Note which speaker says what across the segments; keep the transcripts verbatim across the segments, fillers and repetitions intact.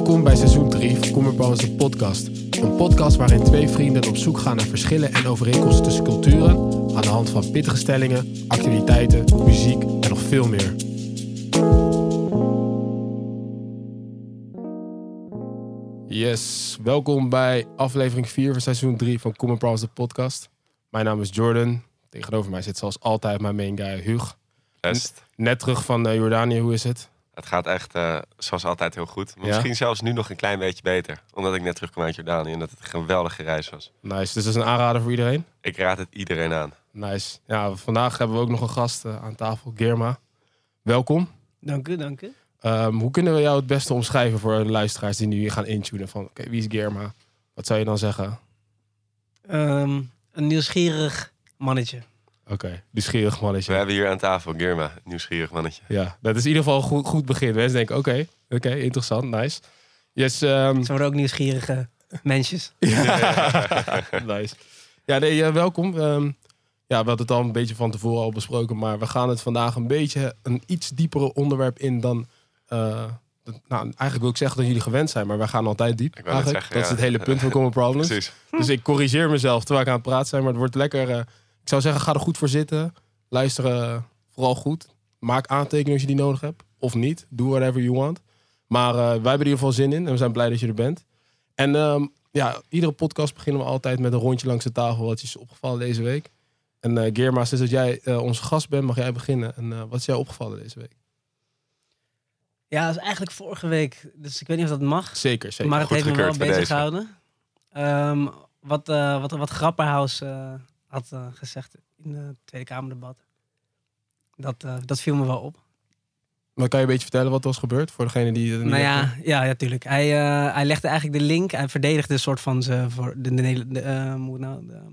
Speaker 1: Welkom bij seizoen drie van Commer Bros de podcast. Een podcast waarin twee vrienden op zoek gaan naar verschillen en overeenkomsten tussen culturen aan de hand van pittige stellingen, activiteiten, muziek en nog veel meer. Yes, welkom bij aflevering vier van seizoen drie van Commer Bros de podcast. Mijn naam is Jordan. Tegenover mij zit zoals altijd mijn main guy Huug.
Speaker 2: Best.
Speaker 1: Net terug van uh, Jordanië, hoe is het?
Speaker 2: Het gaat echt uh, zoals altijd heel goed. Maar
Speaker 1: Ja?
Speaker 2: misschien zelfs nu nog een klein beetje beter. Omdat ik net terugkwam uit Jordanië en dat het een geweldige reis was.
Speaker 1: Nice, dus dat is een aanrader voor iedereen?
Speaker 2: Ik raad het iedereen aan.
Speaker 1: Nice. Ja, vandaag hebben we ook nog een gast uh, aan tafel, Girma. Welkom.
Speaker 3: Dank u, dank u.
Speaker 1: Um, hoe kunnen we jou het beste omschrijven voor de luisteraars die nu gaan intunen van, oké, okay, wie is Girma? Wat zou je dan zeggen?
Speaker 3: Um, een nieuwsgierig mannetje.
Speaker 1: Oké, okay, nieuwsgierig mannetje.
Speaker 2: We hebben hier aan tafel Girma, nieuwsgierig mannetje.
Speaker 1: Ja, dat is in ieder geval een goed, goed begin. Mensen denken, oké, okay, oké, okay, interessant, nice. Yes, um...
Speaker 3: Ze worden ook nieuwsgierige mensjes.
Speaker 1: Ja. Nice. Ja, nee, uh, welkom. Um, ja, we hadden het al een beetje van tevoren al besproken, maar we gaan het vandaag een beetje een iets diepere onderwerp in dan... Uh, dat, nou, eigenlijk wil ik zeggen dat jullie gewend zijn, maar wij gaan altijd diep.
Speaker 2: Ik zeggen,
Speaker 1: dat
Speaker 2: ja.
Speaker 1: is het hele punt van Common Problems.
Speaker 2: Precies.
Speaker 1: Dus ik corrigeer mezelf terwijl ik aan het praten zijn, maar het wordt lekker... Uh, ik zou zeggen, ga er goed voor zitten. Luister uh, vooral goed. Maak aantekeningen als je die nodig hebt. Of niet. Do whatever you want. Maar uh, wij hebben er in ieder geval zin in. En we zijn blij dat je er bent. En um, ja, iedere podcast beginnen we altijd met een rondje langs de tafel. Wat is opgevallen deze week? En uh, Girma, sinds dat jij uh, onze gast bent, mag jij beginnen. En uh, wat is jou opgevallen deze week?
Speaker 3: Ja, dat is eigenlijk vorige week. Dus ik weet niet of dat mag.
Speaker 1: Zeker, zeker.
Speaker 3: Maar het
Speaker 2: Goed
Speaker 3: heeft me wel
Speaker 2: gekeurd bij
Speaker 3: bezig
Speaker 2: deze.
Speaker 3: gehouden. Um, wat, uh, wat, wat Grapperhaus uh, had uh, gezegd in het Tweede Kamerdebat. Dat, uh, dat viel me wel op.
Speaker 1: Maar kan je een beetje vertellen wat er was gebeurd? Voor degene die het niet
Speaker 3: Nou ja,
Speaker 1: hebben?
Speaker 3: ja, ja, tuurlijk. Hij, uh, hij legde eigenlijk de link. Hij verdedigde een soort van ze voor de, de, de, de, uh, hoe nou, de,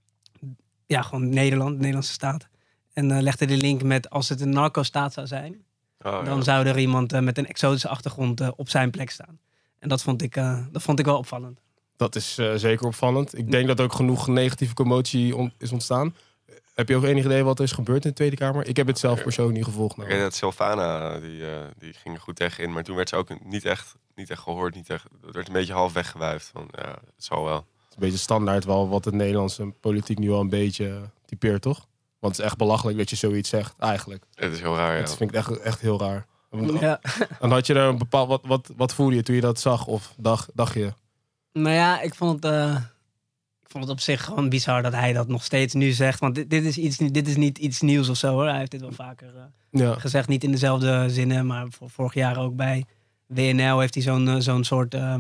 Speaker 3: ja, gewoon Nederland, de Nederlandse staat. En uh, legde de link met als het een narco-staat zou zijn,
Speaker 2: Oh,
Speaker 3: dan
Speaker 2: ja.
Speaker 3: zou er iemand uh, met een exotische achtergrond uh, op zijn plek staan. En dat vond ik, uh, dat vond ik wel opvallend.
Speaker 1: Dat is uh, zeker opvallend. Ik denk dat er ook genoeg negatieve commotie on- is ontstaan. Heb je ook enig idee wat er is gebeurd in de Tweede Kamer? Ik heb het zelf persoonlijk niet gevolgd.
Speaker 2: Ik
Speaker 1: Nou.
Speaker 2: weet dat Sylvana, die, uh, die ging er goed tegen in. Maar toen werd ze ook niet echt, niet echt gehoord. Niet echt, het werd een beetje half weggewuifd. Van, ja, het zal wel.
Speaker 1: Het is een beetje standaard wel wat de Nederlandse politiek nu al een beetje typeert, toch? Want het is echt belachelijk dat je zoiets zegt, eigenlijk.
Speaker 2: Het is heel raar, ja.
Speaker 1: Dat vind ik echt, echt heel raar.
Speaker 3: Ja.
Speaker 1: En had je er een bepaald... Wat, wat, wat voelde je toen je dat zag? Of dacht, dacht je?
Speaker 3: Nou ja, ik vond het, uh, ik vond het op zich gewoon bizar dat hij dat nog steeds nu zegt. Want dit, dit, is, iets, dit is niet iets nieuws of zo, hoor. Hij heeft dit wel vaker uh,
Speaker 1: Ja.
Speaker 3: gezegd. Niet in dezelfde zinnen, maar voor, vorig jaar ook bij W N L heeft hij zo'n uh, zo'n soort uh,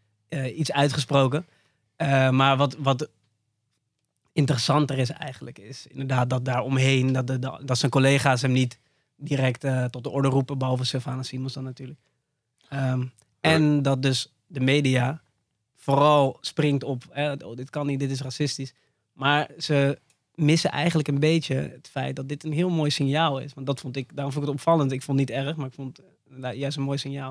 Speaker 3: uh, iets uitgesproken. Uh, maar wat, wat interessanter is eigenlijk, is inderdaad dat daaromheen, dat, de, dat zijn collega's hem niet direct uh, tot de orde roepen, behalve Sylvana Simons dan natuurlijk. Um, en dat dus de media vooral springt op, eh, oh, dit kan niet, dit is racistisch. Maar ze missen eigenlijk een beetje het feit dat dit een heel mooi signaal is. Want dat vond ik, daarom vond ik het opvallend. Ik vond het niet erg, maar ik vond het uh, juist een mooi signaal.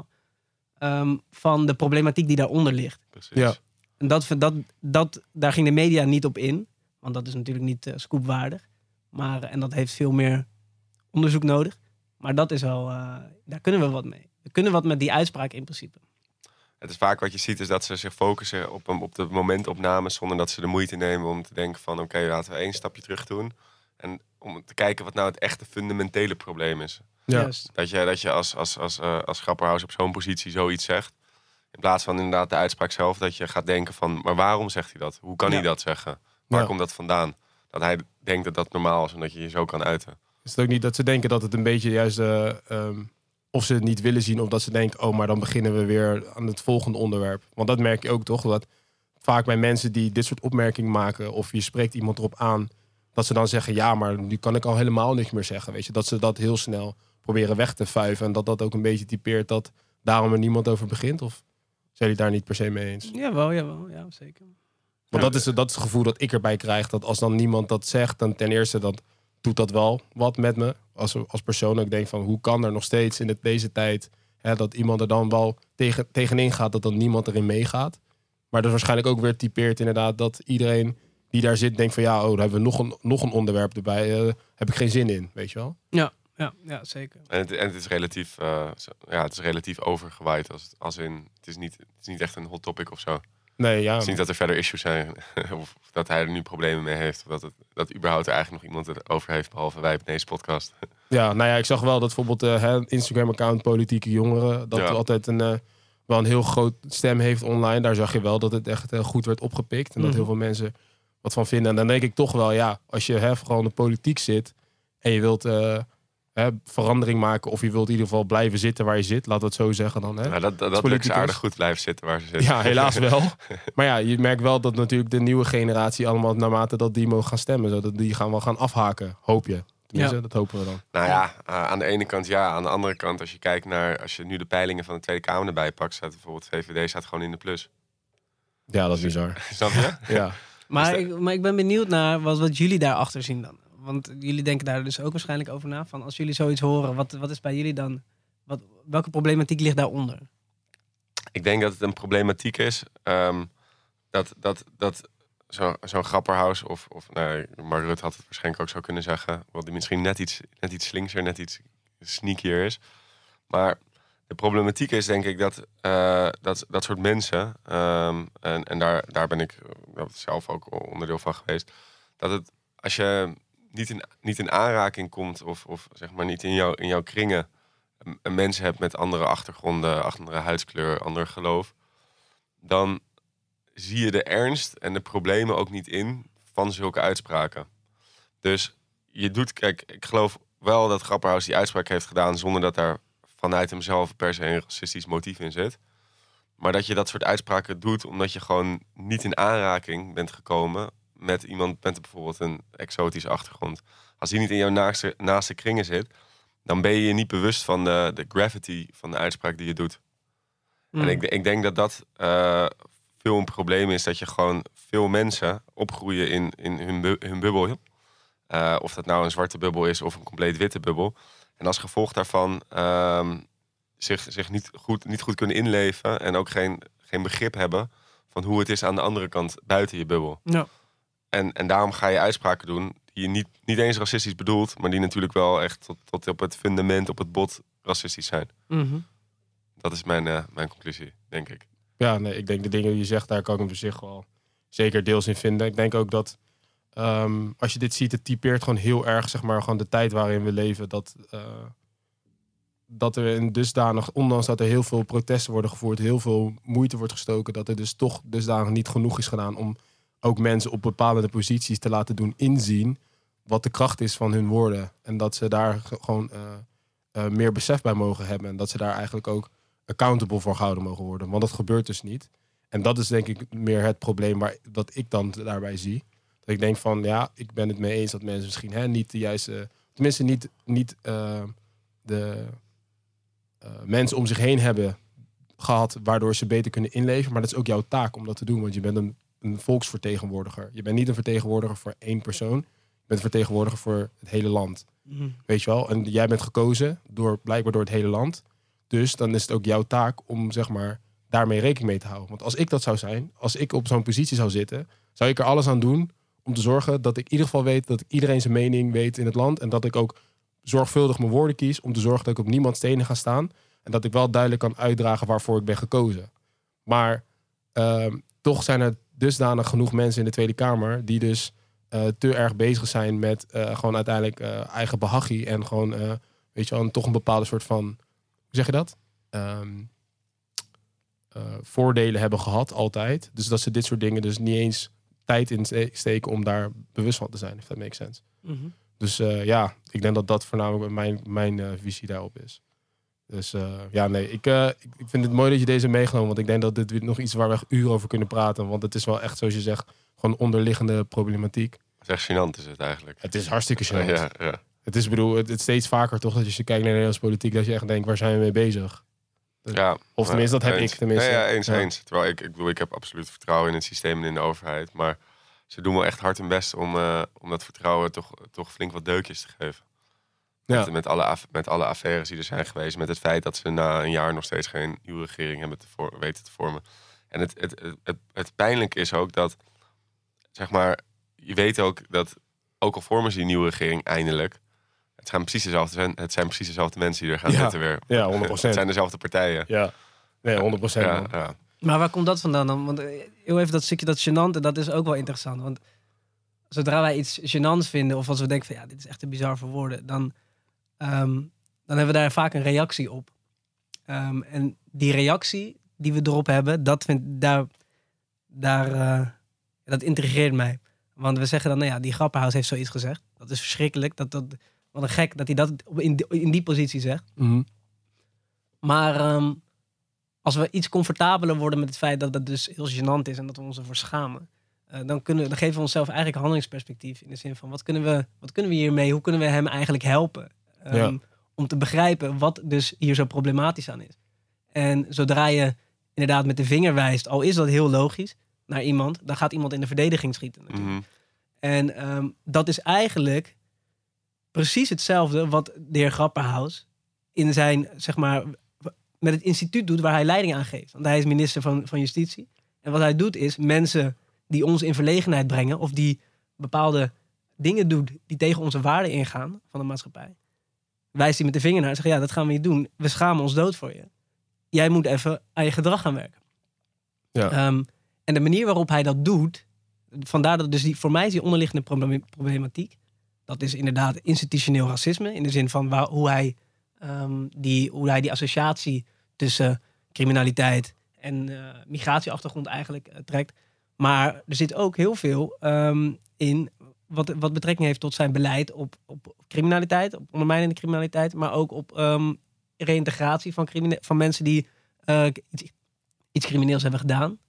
Speaker 3: Um, van de problematiek die daaronder ligt.
Speaker 2: Precies.
Speaker 1: Ja.
Speaker 3: En dat, dat, dat, daar ging de media niet op in. Want dat is natuurlijk niet uh, scoopwaardig. Maar, en dat heeft veel meer onderzoek nodig. Maar dat is wel, uh, daar kunnen we wat mee. We kunnen wat met die uitspraak in principe.
Speaker 2: Het is vaak wat je ziet is dat ze zich focussen op, een, op de momentopnames zonder dat ze de moeite nemen om te denken van oké, okay, laten we één stapje terug doen. En om te kijken wat nou het echte fundamentele probleem is.
Speaker 1: Ja.
Speaker 3: Juist.
Speaker 2: Dat je, dat je als, als, als, uh, als Grapperhaus op zo'n positie zoiets zegt. In plaats van inderdaad de uitspraak zelf, dat je gaat denken van maar waarom zegt hij dat? Hoe kan
Speaker 3: Ja.
Speaker 2: hij dat zeggen? Waar
Speaker 1: Ja.
Speaker 2: komt dat vandaan? Dat hij denkt dat dat normaal is en dat je je zo kan uiten.
Speaker 1: Is het ook niet dat ze denken dat het een beetje juist... Uh, um, of ze het niet willen zien, of dat ze denken... oh, maar dan beginnen we weer aan het volgende onderwerp. Want dat merk je ook toch, dat vaak bij mensen die dit soort opmerkingen maken... of je spreekt iemand erop aan, dat ze dan zeggen... ja, maar nu kan ik al helemaal niks meer zeggen. Weet je? Dat ze dat heel snel proberen weg te vuiven... en dat dat ook een beetje typeert dat daarom er niemand over begint? Of zijn jullie daar niet per se mee eens?
Speaker 3: Jawel, jawel, ja, zeker.
Speaker 1: Want dat is, dat is het gevoel dat ik erbij krijg... dat als dan niemand dat zegt, dan ten eerste... dat doet dat wel wat met me als, als persoon. Ik denk van, hoe kan er nog steeds in het, deze tijd... Hè, dat iemand er dan wel tegen, tegenin gaat... dat dan niemand erin meegaat. Maar dat waarschijnlijk ook weer typeert inderdaad... dat iedereen die daar zit denkt van... ja, oh, dan hebben we nog een, nog een onderwerp erbij. Uh, heb ik geen zin in, weet je wel?
Speaker 3: Ja, Ja, ja zeker.
Speaker 2: En het, en het is relatief, uh, ja, het is relatief overgewaaid. Als, als in, het is, niet, het is niet echt een hot topic of zo.
Speaker 1: Nee, ja.
Speaker 2: Het is niet dat er verder issues zijn. Of dat hij er nu problemen mee heeft. Of dat, het, dat überhaupt er eigenlijk nog iemand het over heeft. Behalve wij op deze podcast.
Speaker 1: Ja, nou ja, ik zag wel dat bijvoorbeeld uh, Instagram-account Politieke Jongeren... dat
Speaker 2: ja.
Speaker 1: er altijd een, uh, wel een heel groot stem heeft online. Daar zag je wel dat het echt uh, goed werd opgepikt. En dat
Speaker 3: Mhm.
Speaker 1: heel veel mensen wat van vinden. En dan denk ik toch wel, ja, als je hè, vooral in de politiek zit... en je wilt uh, hè, verandering maken... of je wilt in ieder geval blijven zitten waar je zit. Laten we het zo zeggen dan. Hè,
Speaker 2: nou, dat dat, dat lukt ze aardig goed blijven zitten waar ze zitten.
Speaker 1: Ja, helaas wel. Maar ja, je merkt wel dat natuurlijk de nieuwe generatie... allemaal naarmate dat die mogen gaan stemmen... zodat die gaan wel gaan afhaken, hoop je. Tenminste,
Speaker 3: Ja.
Speaker 1: dat hopen we dan.
Speaker 2: Nou ja, uh, aan de ene kant ja. Aan de andere kant, als je kijkt naar... als je nu de peilingen van de Tweede Kamer erbij pakt... staat bijvoorbeeld V V D staat gewoon in de plus.
Speaker 1: Ja, dat is bizar.
Speaker 2: Snap je?
Speaker 1: Ja.
Speaker 3: Maar,
Speaker 2: Dus
Speaker 3: ik, maar ik ben benieuwd naar wat, wat jullie daarachter zien dan. Want jullie denken daar dus ook waarschijnlijk over na. Van als jullie zoiets horen, wat, wat is bij jullie dan... Wat, welke problematiek ligt daaronder?
Speaker 2: Ik denk dat het een problematiek is... Um, dat, dat, dat zo, zo'n Grapperhaus of... of nou, Mark Rutte had het waarschijnlijk ook zo kunnen zeggen... wat die misschien net iets, net iets slinkser, net iets sneakier is. Maar de problematiek is denk ik dat uh, dat, dat soort mensen... Um, en, en daar, daar ben ik zelf ook onderdeel van geweest... dat het als je niet in, niet in aanraking komt... of, of zeg maar niet in, jou, in jouw kringen... Een, een mensen hebt met andere achtergronden... andere huidskleur, ander geloof... dan zie je de ernst en de problemen ook niet in van zulke uitspraken. Dus je doet, kijk, ik geloof wel dat Grapperhaus die uitspraak heeft gedaan zonder dat daar vanuit hemzelf per se een racistisch motief in zit. Maar dat je dat soort uitspraken doet omdat je gewoon niet in aanraking bent gekomen met iemand met bijvoorbeeld een exotische achtergrond. Als die niet in jouw naaste, naaste kringen zit, dan ben je je niet bewust van de, de gravity van de uitspraak die je doet. Mm. En ik, ik denk dat dat uh, veel een probleem is, dat je gewoon veel mensen opgroeien in, in hun, bu hun bubbel. Uh, of dat nou een zwarte bubbel is of een compleet witte bubbel. En als gevolg daarvan uh, zich, zich niet, goed, niet goed kunnen inleven en ook geen, geen begrip hebben van hoe het is aan de andere kant buiten je bubbel.
Speaker 3: Ja.
Speaker 2: En, en daarom ga je uitspraken doen die je niet, niet eens racistisch bedoelt, maar die natuurlijk wel echt tot, tot op het fundament, op het bot racistisch zijn.
Speaker 3: Mm-hmm.
Speaker 2: Dat is mijn, uh, mijn conclusie, denk ik.
Speaker 1: Ja, nee, ik denk de dingen die je zegt, daar kan ik hem voor zich wel zeker deels in vinden. Ik denk ook dat um, als je dit ziet, het typeert gewoon heel erg, zeg maar, gewoon de tijd waarin we leven. Dat, uh, dat er in dusdanig, ondanks dat er heel veel protesten worden gevoerd, heel veel moeite wordt gestoken, dat er dus toch dusdanig niet genoeg is gedaan om ook mensen op bepaalde posities te laten doen inzien wat de kracht is van hun woorden. En dat ze daar gewoon uh, uh, meer besef bij mogen hebben. En dat ze daar eigenlijk ook accountable voor gehouden mogen worden. Want dat gebeurt dus niet. En dat is denk ik meer het probleem waar, dat ik dan daarbij zie. Dat ik denk van, ja, ik ben het mee eens dat mensen misschien hè, niet de juiste... Tenminste niet, niet uh, de uh, mensen om zich heen hebben gehad waardoor ze beter kunnen inleven. Maar dat is ook jouw taak om dat te doen. Want je bent een, een volksvertegenwoordiger. Je bent niet een vertegenwoordiger voor één persoon. Je bent een vertegenwoordiger voor het hele land. Mm. Weet je wel? En jij bent gekozen door, blijkbaar door het hele land. Dus dan is het ook jouw taak om zeg maar daarmee rekening mee te houden. Want als ik dat zou zijn, als ik op zo'n positie zou zitten, zou ik er alles aan doen om te zorgen dat ik in ieder geval weet dat ik iedereen zijn mening weet in het land. En dat ik ook zorgvuldig mijn woorden kies om te zorgen dat ik op niemands stenen ga staan. En dat ik wel duidelijk kan uitdragen waarvoor ik ben gekozen. Maar uh, toch zijn er dusdanig genoeg mensen in de Tweede Kamer die dus uh, te erg bezig zijn met uh, gewoon uiteindelijk uh, eigen behaggie en gewoon, uh, weet je wel, toch een bepaalde soort van, hoe zeg je dat? Um, uh, voordelen hebben gehad altijd. Dus dat ze dit soort dingen dus niet eens tijd in steken om daar bewust van te zijn, if that makes sense. Mm-hmm. Dus uh, ja, ik denk dat dat voornamelijk mijn, mijn uh, visie daarop is. Dus uh, ja, nee, ik, uh, ik vind het mooi dat je deze meegenomen, want ik denk dat dit nog iets waar we echt uren over kunnen praten, want het is wel echt, zoals je zegt, gewoon onderliggende problematiek.
Speaker 2: Het is echt gênant is het eigenlijk.
Speaker 1: Het is hartstikke gênant.
Speaker 2: Ja, ja.
Speaker 1: Het is, bedoel, het, het steeds vaker toch dat als je kijkt naar de Nederlandse politiek, dat je echt denkt, waar zijn we mee bezig?
Speaker 2: Ja,
Speaker 1: of tenminste, dat heb
Speaker 2: eens.
Speaker 1: ik tenminste.
Speaker 2: Ja, ja eens,
Speaker 1: ja.
Speaker 2: eens. Terwijl ik, ik bedoel, ik heb absoluut vertrouwen in het systeem en in de overheid, maar ze doen wel echt hard hun best om, uh, om dat vertrouwen toch, toch flink wat deukjes te geven. Ja. Met, met, alle, met alle affaires die er zijn geweest. Met het feit dat ze na een jaar nog steeds geen nieuwe regering hebben te voor, weten te vormen. En het, het, het, het, het pijnlijke is ook dat, zeg maar, je weet ook dat, ook al vormen ze die nieuwe regering eindelijk, het het, zijn precies dezelfde, het zijn precies dezelfde mensen die er gaan
Speaker 1: Ja.
Speaker 2: zitten weer.
Speaker 1: Ja, honderd procent.
Speaker 2: Het zijn dezelfde partijen.
Speaker 1: Ja, nee, honderd procent.
Speaker 2: Ja,
Speaker 1: man.
Speaker 2: ja.
Speaker 3: Maar waar komt dat vandaan dan? Want eh, heel even dat stukje, dat gênante, dat is ook wel interessant. Want zodra wij iets gênants vinden, of als we denken van ja, dit is echt te bizar voor woorden, dan, ehm, dan hebben we daar vaak een reactie op. Um, en die reactie die we erop hebben, dat, vind, daar, daar, uh, dat intrigeert mij. Want we zeggen dan, nou ja, die Grapperhaus heeft zoiets gezegd. Dat is verschrikkelijk. Dat, dat, wat een gek dat hij dat in die, in die positie zegt.
Speaker 1: Mm-hmm.
Speaker 3: Maar um, als we iets comfortabeler worden met het feit dat dat dus heel gênant is en dat we ons ervoor schamen, uh, dan, kunnen, dan geven we onszelf eigenlijk handelingsperspectief. In de zin van, wat kunnen we, wat kunnen we hiermee? Hoe kunnen we hem eigenlijk helpen? Um,
Speaker 1: Ja.
Speaker 3: Om te begrijpen wat dus hier zo problematisch aan is. En zodra je inderdaad met de vinger wijst, al is dat heel logisch, naar iemand, dan gaat iemand in de verdediging schieten natuurlijk.
Speaker 2: Mhm.
Speaker 3: En um, dat is eigenlijk precies hetzelfde wat de heer Grapperhaus in zijn, zeg maar, met het instituut doet waar hij leiding aan geeft. Want hij is minister van, van Justitie. En wat hij doet is mensen die ons in verlegenheid brengen of die bepaalde dingen doen die tegen onze waarden ingaan van de maatschappij, wijst hij met de vinger naar en zegt, ja, dat gaan we niet doen. We schamen ons dood voor je. Jij moet even aan je gedrag gaan werken.
Speaker 1: Ja.
Speaker 3: Um, en de manier waarop hij dat doet, vandaar dat dus die, voor mij is die onderliggende problem- problematiek, dat is inderdaad institutioneel racisme, in de zin van waar, hoe, hij, um, die, hoe hij die associatie tussen criminaliteit en uh, migratieachtergrond eigenlijk uh, trekt. Maar er zit ook heel veel um, in wat, wat betrekking heeft tot zijn beleid op, op criminaliteit, op ondermijnende criminaliteit, maar ook op um, reïntegratie van, crimine- van mensen die uh, iets, iets crimineels hebben gedaan.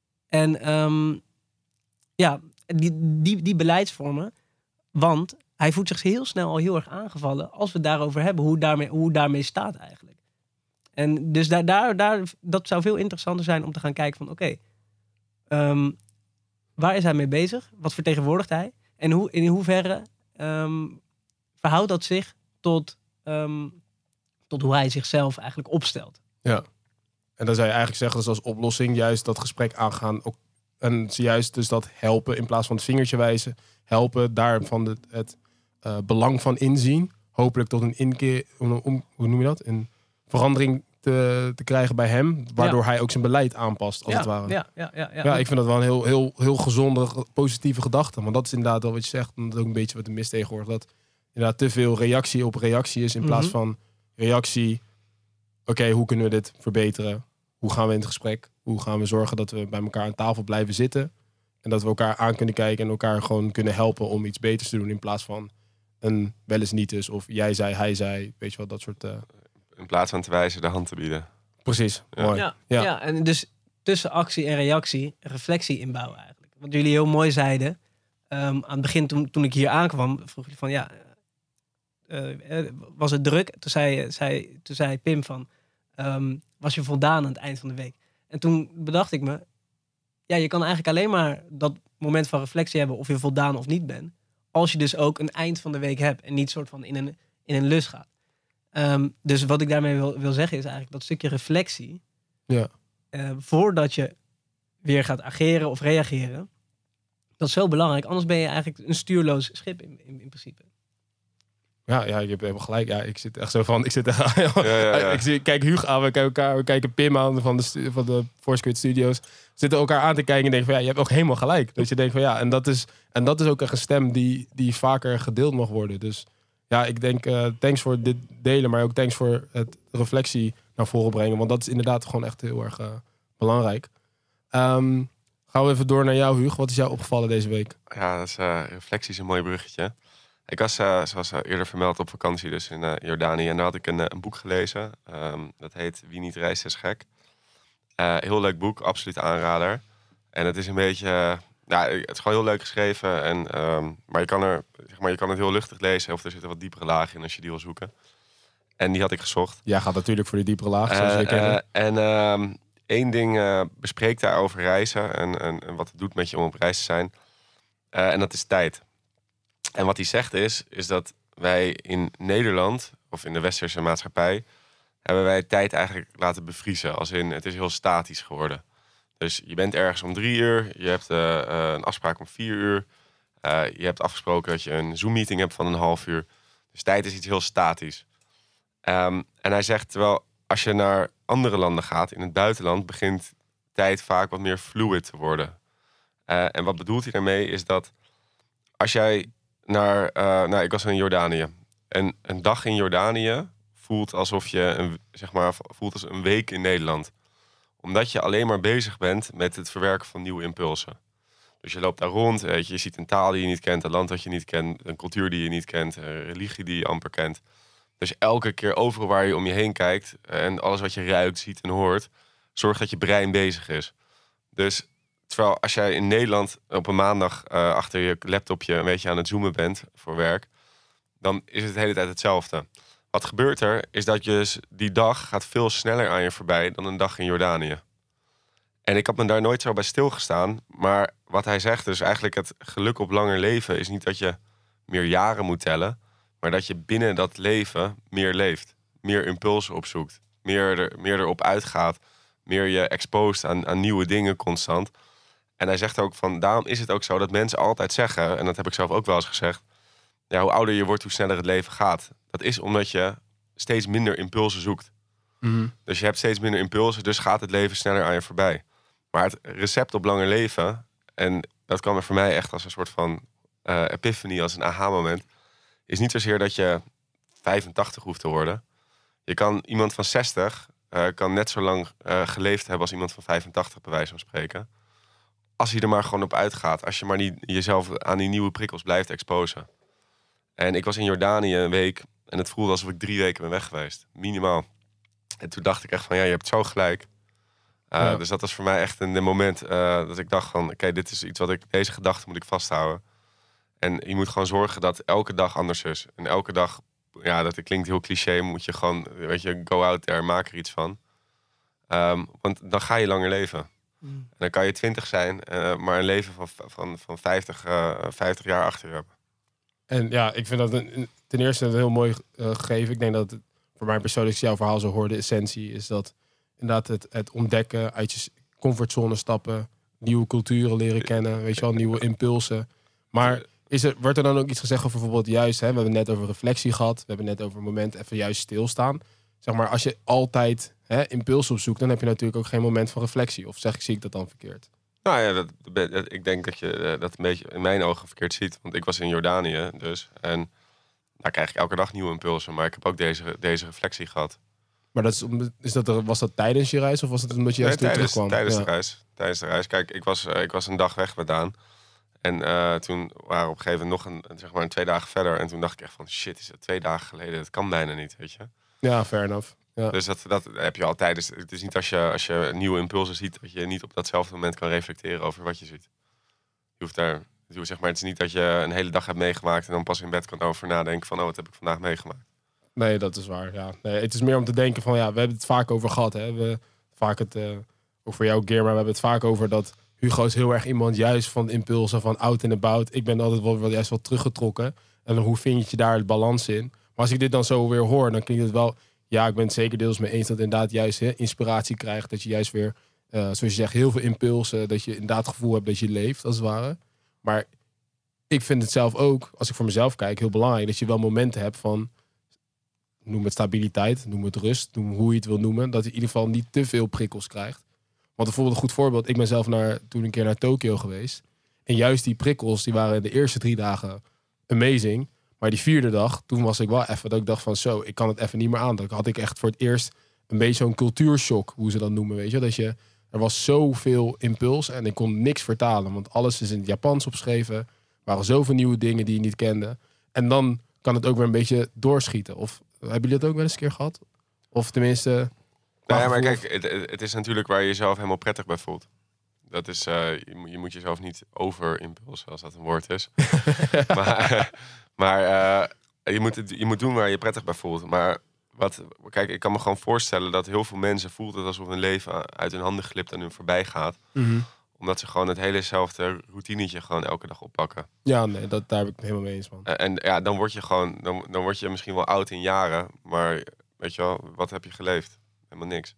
Speaker 3: En um, ja, die, die, die beleidsvormen, want hij voelt zich heel snel al heel erg aangevallen als we het daarover hebben, hoe het daarmee, hoe het daarmee staat eigenlijk. En dus daar, daar, daar, dat zou veel interessanter zijn om te gaan kijken van oké, okay, um, waar is hij mee bezig? Wat vertegenwoordigt hij? En hoe, in hoeverre um, verhoudt dat zich tot, um, tot hoe hij zichzelf eigenlijk opstelt?
Speaker 1: Ja. En dan zou je eigenlijk zeggen, dat is als oplossing juist dat gesprek aangaan. Ook, en juist dus dat helpen in plaats van het vingertje wijzen. Helpen, daarvan het, het uh, belang van inzien. Hopelijk tot een inkeer, om, om, hoe noem je dat? Een verandering te, te krijgen bij hem. Waardoor
Speaker 3: Ja.
Speaker 1: hij ook zijn beleid aanpast, als
Speaker 3: ja,
Speaker 1: het ware.
Speaker 3: Ja, ja, ja, ja.
Speaker 1: Ja, ik vind dat wel een heel, heel, heel gezonde, positieve gedachte. Want dat is inderdaad wel wat je zegt. En dat is ook een beetje wat er mis tegenwoordig. Dat inderdaad te veel reactie op reactie is. In plaats
Speaker 3: Mhm.
Speaker 1: van reactie. Oké, okay, hoe kunnen we dit verbeteren? Hoe gaan we in het gesprek? Hoe gaan we zorgen dat we bij elkaar aan tafel blijven zitten? En dat we elkaar aan kunnen kijken en elkaar gewoon kunnen helpen om iets beters te doen. In plaats van een wel eens niet is. Of jij zei, hij zei. Weet je wel, dat soort... Uh...
Speaker 2: In plaats van te wijzen, de hand te bieden.
Speaker 1: Precies,
Speaker 2: Ja.
Speaker 1: mooi.
Speaker 3: Ja,
Speaker 1: Ja.
Speaker 3: ja. En dus tussen actie en reactie, reflectie inbouwen eigenlijk. Wat jullie heel mooi zeiden, um, aan het begin toen, toen ik hier aankwam, vroeg jullie van ja, uh, uh, was het druk? Toen zei, zei, toen zei Pim van, um, was je voldaan aan het eind van de week? En toen bedacht ik me, ja, je kan eigenlijk alleen maar dat moment van reflectie hebben of je voldaan of niet bent, als je dus ook een eind van de week hebt en niet soort van in een, in een lus gaat. Um, dus wat ik daarmee wil, wil zeggen is eigenlijk dat stukje reflectie,
Speaker 1: Ja.
Speaker 3: uh, voordat je weer gaat ageren of reageren, dat is zo belangrijk. Anders ben je eigenlijk een stuurloos schip in, in, in principe.
Speaker 1: Ja, ja, je hebt helemaal gelijk. Ja, ik zit echt zo van... Ik, zit echt,
Speaker 2: Ja, ja, ja.
Speaker 1: ik, zie, ik kijk Huug aan, we kijken elkaar, we kijken Pim aan van de, stu- van de Foursquare Studios. We zitten elkaar aan te kijken en denken van ja, je hebt ook helemaal gelijk. Dat je denkt van ja, en dat is, en dat is ook echt een stem die, die vaker gedeeld mag worden. Dus ja, ik denk, uh, thanks voor dit delen, maar ook thanks voor het reflectie naar voren brengen. Want dat is inderdaad gewoon echt heel erg uh, belangrijk. Um, gaan we even door naar jou, Huug. Wat is jou opgevallen deze week?
Speaker 2: Ja, dat is, uh, reflectie is een mooi bruggetje. Ik was, uh, zoals uh, eerder vermeld, op vakantie dus in uh, Jordanië. En daar had ik een, uh, een boek gelezen. Um, dat heet Wie niet reist is gek. Uh, heel leuk boek, absoluut aanrader. En het is een beetje... Uh, ja, het is gewoon heel leuk geschreven. En, um, maar, je kan er, zeg maar je kan het heel luchtig lezen. Of er zitten wat diepere lagen in als je die wil zoeken. En die had ik gezocht.
Speaker 1: Jij gaat natuurlijk voor die diepere laag, zoals
Speaker 2: Uh,
Speaker 1: we kennen.
Speaker 2: uh, en um, één ding uh, bespreekt daar over reizen. En, en, en wat het doet met je om op reis te zijn. Uh, en dat is tijd. En wat hij zegt is, is dat wij in Nederland, of in de westerse maatschappij, hebben wij tijd eigenlijk laten bevriezen. Als in, het is heel statisch geworden. Dus je bent ergens om drie uur, je hebt uh, uh, een afspraak om vier uur. Uh, je hebt afgesproken dat je een Zoom-meeting hebt van een half uur. Dus Dus tijd is iets heel statisch. Um, en hij zegt, terwijl als je naar andere landen gaat, in het buitenland, begint tijd vaak wat meer fluid te worden. Uh, en wat bedoelt hij daarmee is dat als jij naar... Uh, nou, ik was in Jordanië. En een dag in Jordanië voelt alsof je een, zeg maar, voelt als een week in Nederland. Omdat je alleen maar bezig bent met het verwerken van nieuwe impulsen. Dus je loopt daar rond, weet je, je ziet een taal die je niet kent, een land dat je niet kent, een cultuur die je niet kent, een religie die je amper kent. Dus elke keer overal waar je om je heen kijkt en alles wat je ruikt, ziet en hoort, zorgt dat je brein bezig is. Dus terwijl als jij in Nederland op een maandag uh, achter je laptopje een beetje aan het zoomen bent voor werk, dan is het de hele tijd hetzelfde. Wat gebeurt er, is dat je dus die dag gaat veel sneller aan je voorbij dan een dag in Jordanië. En ik had me daar nooit zo bij stilgestaan. Maar wat hij zegt, dus eigenlijk het geluk op langer leven is niet dat je meer jaren moet tellen, maar dat je binnen dat leven meer leeft. Meer impulsen opzoekt. Meer, er, meer erop uitgaat. Meer je exposed aan, aan nieuwe dingen constant. En hij zegt ook van, daarom is het ook zo dat mensen altijd zeggen, en dat heb ik zelf ook wel eens gezegd, ja, hoe ouder je wordt, hoe sneller het leven gaat. Dat is omdat je steeds minder impulsen zoekt.
Speaker 1: Mm-hmm.
Speaker 2: Dus je hebt steeds minder impulsen, dus gaat het leven sneller aan je voorbij. Maar het recept op langer leven, en dat kwam er voor mij echt als een soort van uh, epiphany, als een aha-moment, is niet zozeer dat je vijfentachtig hoeft te worden. Je kan iemand van zestig uh, kan net zo lang uh, geleefd hebben als iemand van vijfentachtig, bij wijze van spreken. Als je er maar gewoon op uitgaat. Als je maar niet jezelf aan die nieuwe prikkels blijft exposen. En ik was in Jordanië een week en het voelde alsof ik drie weken ben weg geweest. Minimaal. En toen dacht ik echt van, ja, je hebt zo gelijk. Uh, ja. Dus dat was voor mij echt een, een moment uh, dat ik dacht van, oké, okay, dit is iets wat ik, deze gedachte moet ik vasthouden. En je moet gewoon zorgen dat elke dag anders is. En elke dag, ja, dat klinkt heel cliché, moet je gewoon, weet je, go out there, maak er iets van. Um, want dan ga je langer leven. Mm. En dan kan je twintig zijn, uh, maar een leven van, van, van vijftig, uh, vijftig jaar achter je hebben.
Speaker 1: En ja, ik vind dat een, ten eerste een heel mooi uh, gegeven. Ik denk dat het, voor mij persoonlijk, jouw verhaal zo hoorde, de essentie is dat inderdaad het, het ontdekken, uit je comfortzone stappen, nieuwe culturen leren kennen, weet je wel, nieuwe impulsen. Maar is er, wordt er dan ook iets gezegd over bijvoorbeeld juist, hè, we hebben net over reflectie gehad, we hebben net over een moment even juist stilstaan. Zeg maar, als je altijd hè, impulsen opzoekt, dan heb je natuurlijk ook geen moment van reflectie. Of zeg ik, zie ik dat dan verkeerd?
Speaker 2: Nou ja, dat, dat, ik denk dat je uh, dat een beetje in mijn ogen verkeerd ziet. Want ik was in Jordanië dus. En daar krijg ik elke dag nieuwe impulsen. Maar ik heb ook deze, deze reflectie gehad.
Speaker 1: Maar dat is, is dat er, was dat tijdens je reis? Of was het omdat je juist
Speaker 2: nee,
Speaker 1: toen
Speaker 2: tijdens,
Speaker 1: terugkwam?
Speaker 2: Tijdens
Speaker 1: ja.
Speaker 2: de reis. Tijdens de reis. Kijk, ik was, uh, ik was een dag weg met Daan. En uh, toen waren we op een gegeven moment nog een, zeg maar een twee dagen verder. En toen dacht ik echt van, shit, is het twee dagen geleden? Dat kan bijna niet, weet je.
Speaker 1: Ja, fair enough. Ja.
Speaker 2: Dus dat, dat heb je altijd. Dus het is niet als je, als je nieuwe impulsen ziet, dat je niet op datzelfde moment kan reflecteren over wat je ziet. Je hoeft daar, zeg maar, het is niet dat je een hele dag hebt meegemaakt en dan pas in bed kan over nadenken van, oh, wat heb ik vandaag meegemaakt.
Speaker 1: Nee, dat is waar. Ja. Nee, het is meer om te denken van, ja, we hebben het vaak over gehad. Hè. We vaak het, uh, ook voor jou, Geer, maar we hebben het vaak over dat Hugo is heel erg iemand juist van impulsen, van out and about. Ik ben altijd wel, wel juist wel teruggetrokken. En dan hoe vind je daar de balans in? Maar als ik dit dan zo weer hoor, dan klinkt het wel, ja, ik ben het zeker deels mee eens dat inderdaad juist hè, inspiratie krijgt. Dat je juist weer, uh, zoals je zegt, heel veel impulsen. Dat je inderdaad het gevoel hebt dat je leeft, als het ware. Maar ik vind het zelf ook, als ik voor mezelf kijk, heel belangrijk. Dat je wel momenten hebt van, noem het stabiliteit, noem het rust, noem hoe je het wil noemen. Dat je in ieder geval niet te veel prikkels krijgt. Want bijvoorbeeld een goed voorbeeld, ik ben zelf naar, toen een keer naar Tokio geweest. En juist die prikkels, die waren de eerste drie dagen amazing. Maar die vierde dag, toen was ik wel even dat ik dacht van zo, ik kan het even niet meer aan. Dan had ik echt voor het eerst een beetje zo'n cultuurshock, hoe ze dat noemen, weet je. Dat je, er was zoveel impuls en ik kon niks vertalen. Want alles is in het Japans opgeschreven. Er waren zoveel nieuwe dingen die je niet kende. En dan kan het ook weer een beetje doorschieten. Of hebben jullie dat ook wel eens een keer gehad? Of tenminste...
Speaker 2: Nou ja, maar kijk, het, het is natuurlijk waar je jezelf helemaal prettig bij voelt. Dat is, uh, je, je moet jezelf niet overimpulsen, als dat een woord is. maar maar uh, je, moet het, je moet doen waar je je prettig bij voelt. Maar wat, kijk, ik kan me gewoon voorstellen dat heel veel mensen voelt het alsof hun leven uit hun handen glipt en hun voorbij gaat.
Speaker 1: Mm-hmm.
Speaker 2: Omdat ze gewoon het helezelfde routinetje gewoon elke dag oppakken.
Speaker 1: Ja, nee, dat, daar heb ik het helemaal mee eens, man.
Speaker 2: Uh, en ja, dan word je gewoon, dan, dan word je misschien wel oud in jaren. Maar weet je wel, wat heb je geleefd? Helemaal niks.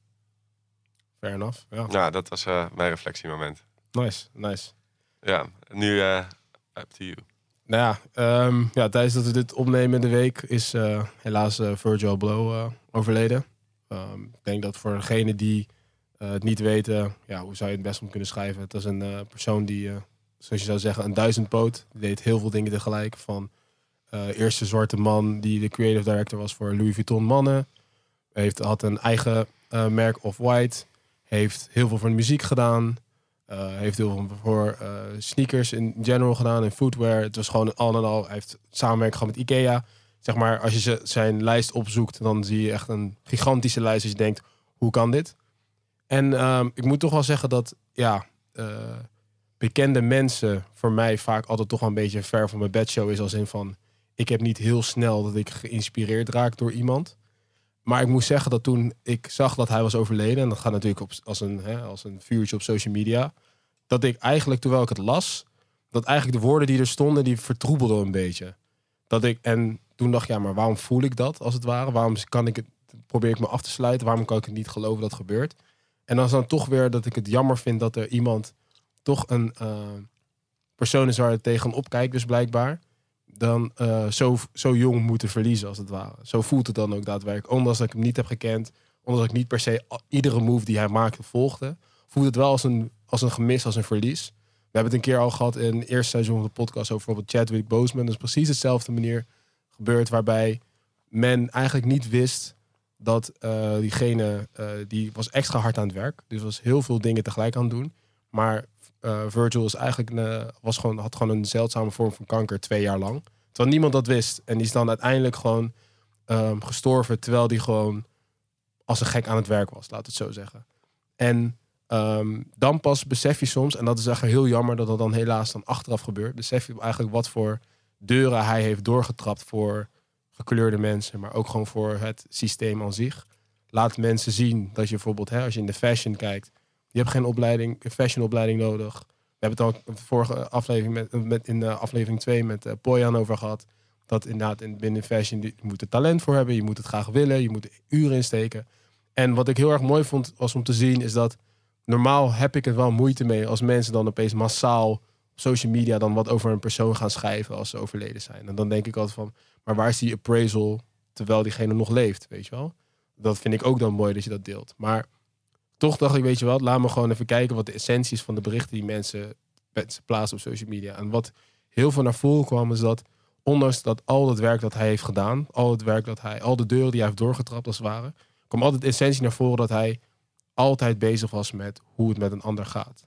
Speaker 1: Fair enough, ja.
Speaker 2: Nou, dat was uh, mijn reflectiemoment.
Speaker 1: Nice, nice.
Speaker 2: Ja, nu uh, up to you.
Speaker 1: Nou ja, um, ja, tijdens dat we dit opnemen in de week is uh, helaas uh, Virgil Abloh uh, overleden. Um, ik denk dat voor degenen die uh, het niet weten, ja, hoe zou je het best om kunnen schrijven? Het was een uh, persoon die, uh, zoals je zou zeggen, een duizendpoot. Die deed heel veel dingen tegelijk. Van uh, eerste zwarte man die de creative director was voor Louis Vuitton mannen. Heeft, had een eigen uh, merk Off-White. Heeft heel veel voor de muziek gedaan. Uh, heeft heel veel voor uh, sneakers in general gedaan en footwear. Het was gewoon al en al. Hij heeft samenwerking gehad met Ikea. Zeg maar, als je zijn lijst opzoekt, dan zie je echt een gigantische lijst. Als je denkt, hoe kan dit? En uh, ik moet toch wel zeggen dat, ja, uh, bekende mensen voor mij vaak altijd toch wel een beetje ver van mijn bedshow is. Als in van, ik heb niet heel snel dat ik geïnspireerd raak door iemand. Maar ik moet zeggen dat toen ik zag dat hij was overleden, en dat gaat natuurlijk op, als, een, hè, als een vuurtje op social media, dat ik eigenlijk, terwijl ik het las, dat eigenlijk de woorden die er stonden, die vertroebelden een beetje. Dat ik, en toen dacht ik, ja, maar waarom voel ik dat, als het ware? Waarom kan ik het, probeer ik me af te sluiten? Waarom kan ik het niet geloven dat het gebeurt? En dan is dan toch weer dat ik het jammer vind dat er iemand toch een uh, persoon is waar het tegenop kijkt, dus blijkbaar, dan uh, zo, zo jong moeten verliezen, als het ware. Zo voelt het dan ook daadwerkelijk. Ondanks dat ik hem niet heb gekend, ondanks dat ik niet per se iedere move die hij maakte volgde, voelt het wel als een, als een gemis, als een verlies. We hebben het een keer al gehad in het eerste seizoen van de podcast over bijvoorbeeld Chadwick Boseman. Dat is precies dezelfde manier gebeurd, waarbij men eigenlijk niet wist dat uh, diegene, uh, die was extra hard aan het werk. Dus was heel veel dingen tegelijk aan het doen. Maar uh, Virgil is eigenlijk een, was gewoon, had gewoon een zeldzame vorm van kanker twee jaar lang. Terwijl niemand dat wist. En die is dan uiteindelijk gewoon um, gestorven, terwijl die gewoon als een gek aan het werk was, laat het zo zeggen. En um, dan pas besef je soms, en dat is echt heel jammer dat dat dan helaas dan achteraf gebeurt, besef je eigenlijk wat voor deuren hij heeft doorgetrapt voor gekleurde mensen, maar ook gewoon voor het systeem aan zich. Laat mensen zien dat je bijvoorbeeld, hè, als je in de fashion kijkt, je hebt geen opleiding, een fashionopleiding nodig. We hebben het al in de vorige aflevering met, met in de aflevering twee met uh, Poyan over gehad. Dat inderdaad in, binnen fashion, je moet er talent voor hebben, je moet het graag willen, je moet er uren insteken. En wat ik heel erg mooi vond was om te zien, is dat normaal heb ik er wel moeite mee als mensen dan opeens massaal op social media dan wat over een persoon gaan schrijven als ze overleden zijn. En dan denk ik altijd van, maar waar is die appraisal terwijl diegene nog leeft, weet je wel? Dat vind ik ook dan mooi dat je dat deelt. Maar toch dacht ik, weet je wat, laat me gewoon even kijken wat de essentie is van de berichten die mensen, mensen plaatsen op social media. En wat heel veel naar voren kwam is dat, ondanks dat al het werk dat hij heeft gedaan, al het werk dat hij, al de deuren die hij heeft doorgetrapt als het ware, kwam altijd de essentie naar voren dat hij altijd bezig was met hoe het met een ander gaat.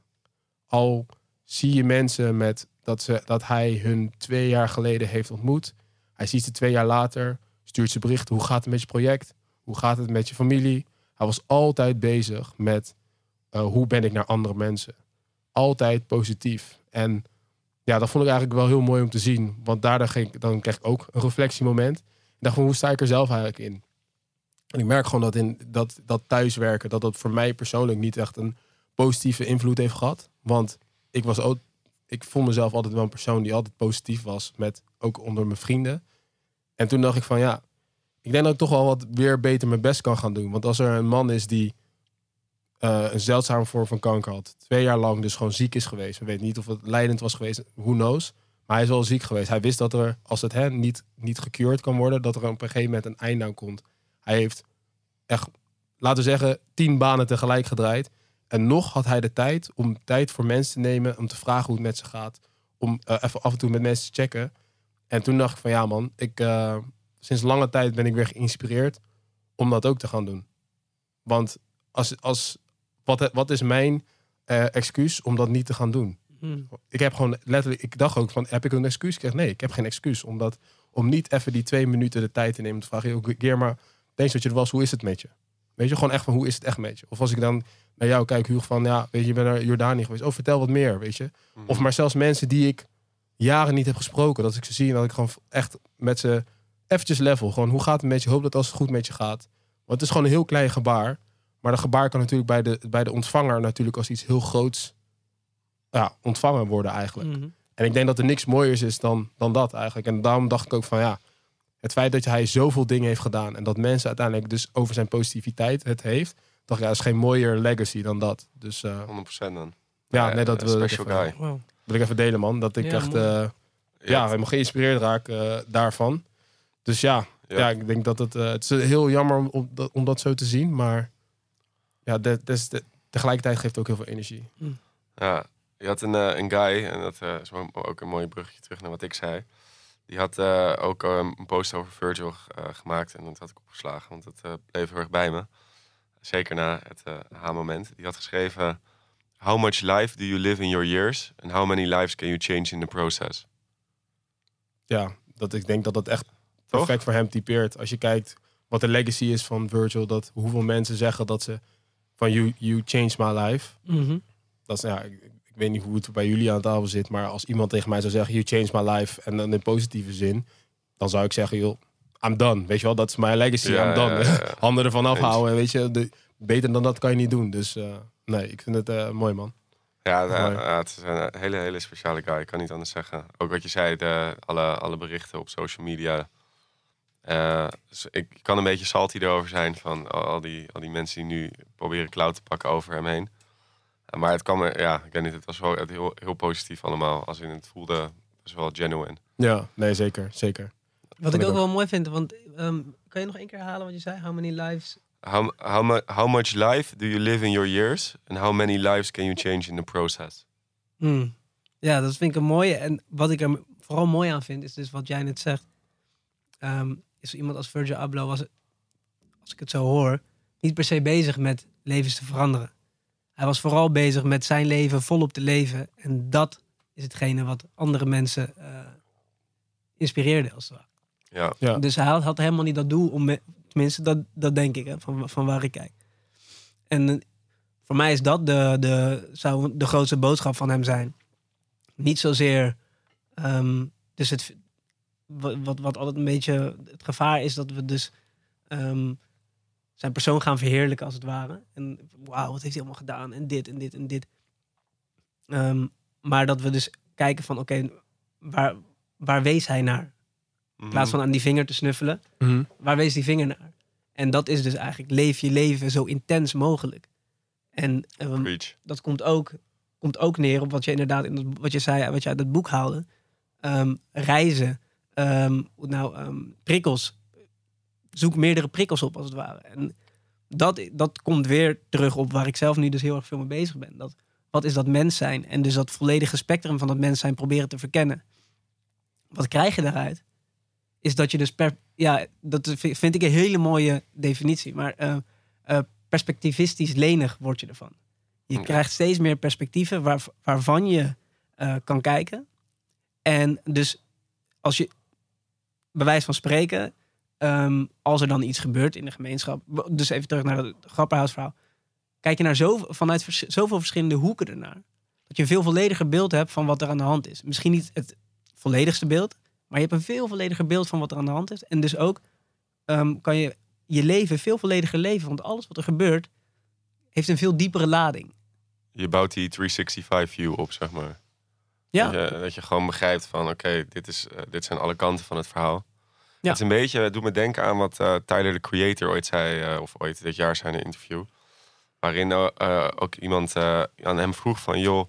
Speaker 1: Al zie je mensen met dat, ze, dat hij hun twee jaar geleden heeft ontmoet. Hij ziet ze twee jaar later, stuurt ze berichten. Hoe gaat het met je project? Hoe gaat het met je familie? Hij was altijd bezig met uh, hoe ben ik naar andere mensen. Altijd positief. En ja, dat vond ik eigenlijk wel heel mooi om te zien. Want daardoor ging ik, dan kreeg ik ook een reflectiemoment. Ik dacht van, hoe sta ik er zelf eigenlijk in? En ik merk gewoon dat in dat, dat thuiswerken, dat dat voor mij persoonlijk niet echt een positieve invloed heeft gehad. Want ik was ook, ik vond mezelf altijd wel een persoon die altijd positief was, met ook onder mijn vrienden. En toen dacht ik van ja, ik denk dat ik toch wel wat weer beter mijn best kan gaan doen. Want als er een man is die uh, een zeldzame vorm van kanker had, twee jaar lang dus gewoon ziek is geweest. We weten niet of het leidend was geweest, who knows. Maar hij is wel ziek geweest. Hij wist dat er, als het hè, niet, niet gecured kan worden, dat er op een gegeven moment een einde aan komt. Hij heeft echt, laten we zeggen, tien banen tegelijk gedraaid. En nog had hij de tijd om tijd voor mensen te nemen, om te vragen hoe het met ze gaat. Om uh, even af en toe met mensen te checken. En toen dacht ik van ja man, ik, uh, sinds lange tijd ben ik weer geïnspireerd om dat ook te gaan doen. Want als, als, wat, wat is mijn uh, excuus om dat niet te gaan doen? Hmm. Ik heb gewoon letterlijk, ik dacht ook van, heb ik een excuus? Ik zeg nee, ik heb geen excuus. Omdat, om niet even die twee minuten de tijd te nemen om te vragen, joh, Geerma, denk je dat je er was, hoe is het met je? Weet je, gewoon echt van, hoe is het echt met je? Of als ik dan naar jou kijk, Hugo, van, ja, weet je, je bent naar Jordanië geweest. Oh, vertel wat meer, weet je. Mm-hmm. Of maar zelfs mensen die ik jaren niet heb gesproken, dat ik ze zie en dat ik gewoon echt met ze eventjes level. Gewoon, hoe gaat het met je? Hoop dat als het goed met je gaat. Want het is gewoon een heel klein gebaar. Maar dat gebaar kan natuurlijk bij de, bij de ontvanger natuurlijk als iets heel groots ja, ontvangen worden eigenlijk. Mm-hmm. En ik denk dat er niks mooiers is dan, dan dat eigenlijk. En daarom dacht ik ook van, ja, het feit dat hij zoveel dingen heeft gedaan en dat mensen uiteindelijk dus over zijn positiviteit het heeft, dacht ik, ja, is geen mooier legacy dan dat. Dus, uh,
Speaker 2: honderd procent dan.
Speaker 1: Ja,
Speaker 2: ja,
Speaker 1: nee, dat
Speaker 2: uh,
Speaker 1: wil
Speaker 2: special
Speaker 1: ik, even,
Speaker 2: guy.
Speaker 1: Wow. wil ik even delen, man. Dat ik
Speaker 3: ja,
Speaker 1: echt... Uh, ja,
Speaker 2: had-
Speaker 1: helemaal geïnspireerd raak uh, daarvan. Dus ja,
Speaker 2: Ja.
Speaker 1: ja. ik denk dat het... Uh, het is heel jammer om, om, dat, om dat zo te zien. Maar ja, dat, dat is de, tegelijkertijd geeft het ook heel veel energie.
Speaker 2: Ja, je had een, uh, een guy, en dat uh, is ook een mooi bruggetje terug naar wat ik zei. Die had uh, ook uh, een post over Virgil uh, gemaakt en dat had ik opgeslagen, want dat uh, bleef heel erg bij me. Zeker na het uh, H-moment. Die had geschreven: How much life do you live in your years? And how many lives can you change in the process?
Speaker 1: Ja, dat, ik denk dat dat echt
Speaker 2: Toch?
Speaker 1: perfect voor hem typeert. Als je kijkt wat de legacy is van Virgil, dat hoeveel mensen zeggen dat ze van you, you changed my life.
Speaker 3: Mm-hmm.
Speaker 1: Dat is, ja, ik, ik weet niet hoe het bij jullie aan tafel zit, maar als iemand tegen mij zou zeggen, you changed my life, en dan in positieve zin, dan zou ik zeggen, joh, I'm done. Weet je wel, dat is mijn legacy,
Speaker 2: Ja,
Speaker 1: I'm done.
Speaker 2: ja, ja, ja.
Speaker 1: Handen ervan afhouden, en weet je, de, beter dan dat kan je niet doen. Dus uh, nee, ik vind het uh, mooi, man.
Speaker 2: Ja,
Speaker 1: Mooi.
Speaker 2: ja, ja, het is een hele, hele speciale guy. Ik kan niet anders zeggen. Ook wat je zei, de, alle, alle berichten op social media. Uh, dus ik kan een beetje salty erover zijn van al, al, die, al die mensen die nu proberen clout te pakken over hem heen. Uh, maar het kan me, ja, ik weet niet, het was wel het heel, heel positief allemaal. Als in het voelde, was wel genuine.
Speaker 1: Ja, nee, zeker, zeker.
Speaker 3: Wat ik
Speaker 1: ik
Speaker 3: ook
Speaker 1: ook.
Speaker 3: wel mooi vind, want um, kan je nog één keer herhalen wat je zei? How many lives?
Speaker 2: How, how, mu- how much life do you live in your years? And how many lives can you change in the process?
Speaker 3: Hmm. Ja, dat vind ik een mooie. En wat ik er vooral mooi aan vind, is dus wat jij net zegt. Um, is iemand als Virgil Abloh, was, als ik het zo hoor, niet per se bezig met levens te veranderen. Hij was vooral bezig met zijn leven volop te leven. En dat is hetgene wat andere mensen uh, inspireerde, als het ware.
Speaker 2: Ja,
Speaker 1: Ja.
Speaker 3: Dus hij had, had helemaal niet dat doel om... Me, tenminste, dat, dat denk ik, hè, van, van waar ik kijk. En uh, voor mij is dat de, de, zou de grootste boodschap van hem zijn. Niet zozeer... Um, dus het, wat, wat altijd een beetje het gevaar is, dat we dus um, zijn persoon gaan verheerlijken, als het ware. En wauw, wat heeft hij allemaal gedaan? En dit, en dit, en dit. Um, maar dat we dus kijken van, oké, okay, waar, waar wees hij naar? In plaats van aan die vinger te snuffelen,
Speaker 1: Mm-hmm.
Speaker 3: waar wees die vinger naar? En dat is dus eigenlijk, leef je leven zo intens mogelijk. En um,
Speaker 2: preach.
Speaker 3: dat komt ook, komt ook neer op wat je inderdaad, in dat, wat je zei, wat je uit het boek haalde. Um, reizen, um, nou, um, prikkels. Zoek meerdere prikkels op, als het ware. En dat, dat komt weer terug op waar ik zelf nu dus heel erg veel mee bezig ben. Dat, wat is dat mens zijn? En dus dat volledige spectrum van dat mens zijn proberen te verkennen. Wat krijg je daaruit? Is dat je dus per... Ja, dat vind ik een hele mooie definitie. Maar uh, uh, perspectivistisch lenig word je ervan. Je
Speaker 2: Ja.
Speaker 3: krijgt steeds meer perspectieven waar, waarvan je uh, kan kijken. En dus als je, bij wijze van spreken, um, als er dan iets gebeurt in de gemeenschap, dus even terug naar het grapperhausverhaal, kijk je naar zo, vanuit vers, zoveel verschillende hoeken ernaar, dat je een veel vollediger beeld hebt van wat er aan de hand is. Misschien niet het volledigste beeld, maar je hebt een veel vollediger beeld van wat er aan de hand is. En dus ook um, kan je je leven veel vollediger leven, want alles wat er gebeurt heeft een veel diepere lading.
Speaker 2: Je bouwt die driehonderdzesenzijnvijf view op, zeg maar.
Speaker 3: Ja.
Speaker 2: Dat, je, dat je gewoon begrijpt van, oké, okay, dit, is, uh, dit zijn alle kanten van het verhaal.
Speaker 3: Ja.
Speaker 2: Het is een beetje, het doet me denken aan wat uh, Tyler, the Creator, ooit zei, uh, of ooit dit jaar zei in een interview. Waarin uh, uh, ook iemand uh, aan hem vroeg van, joh,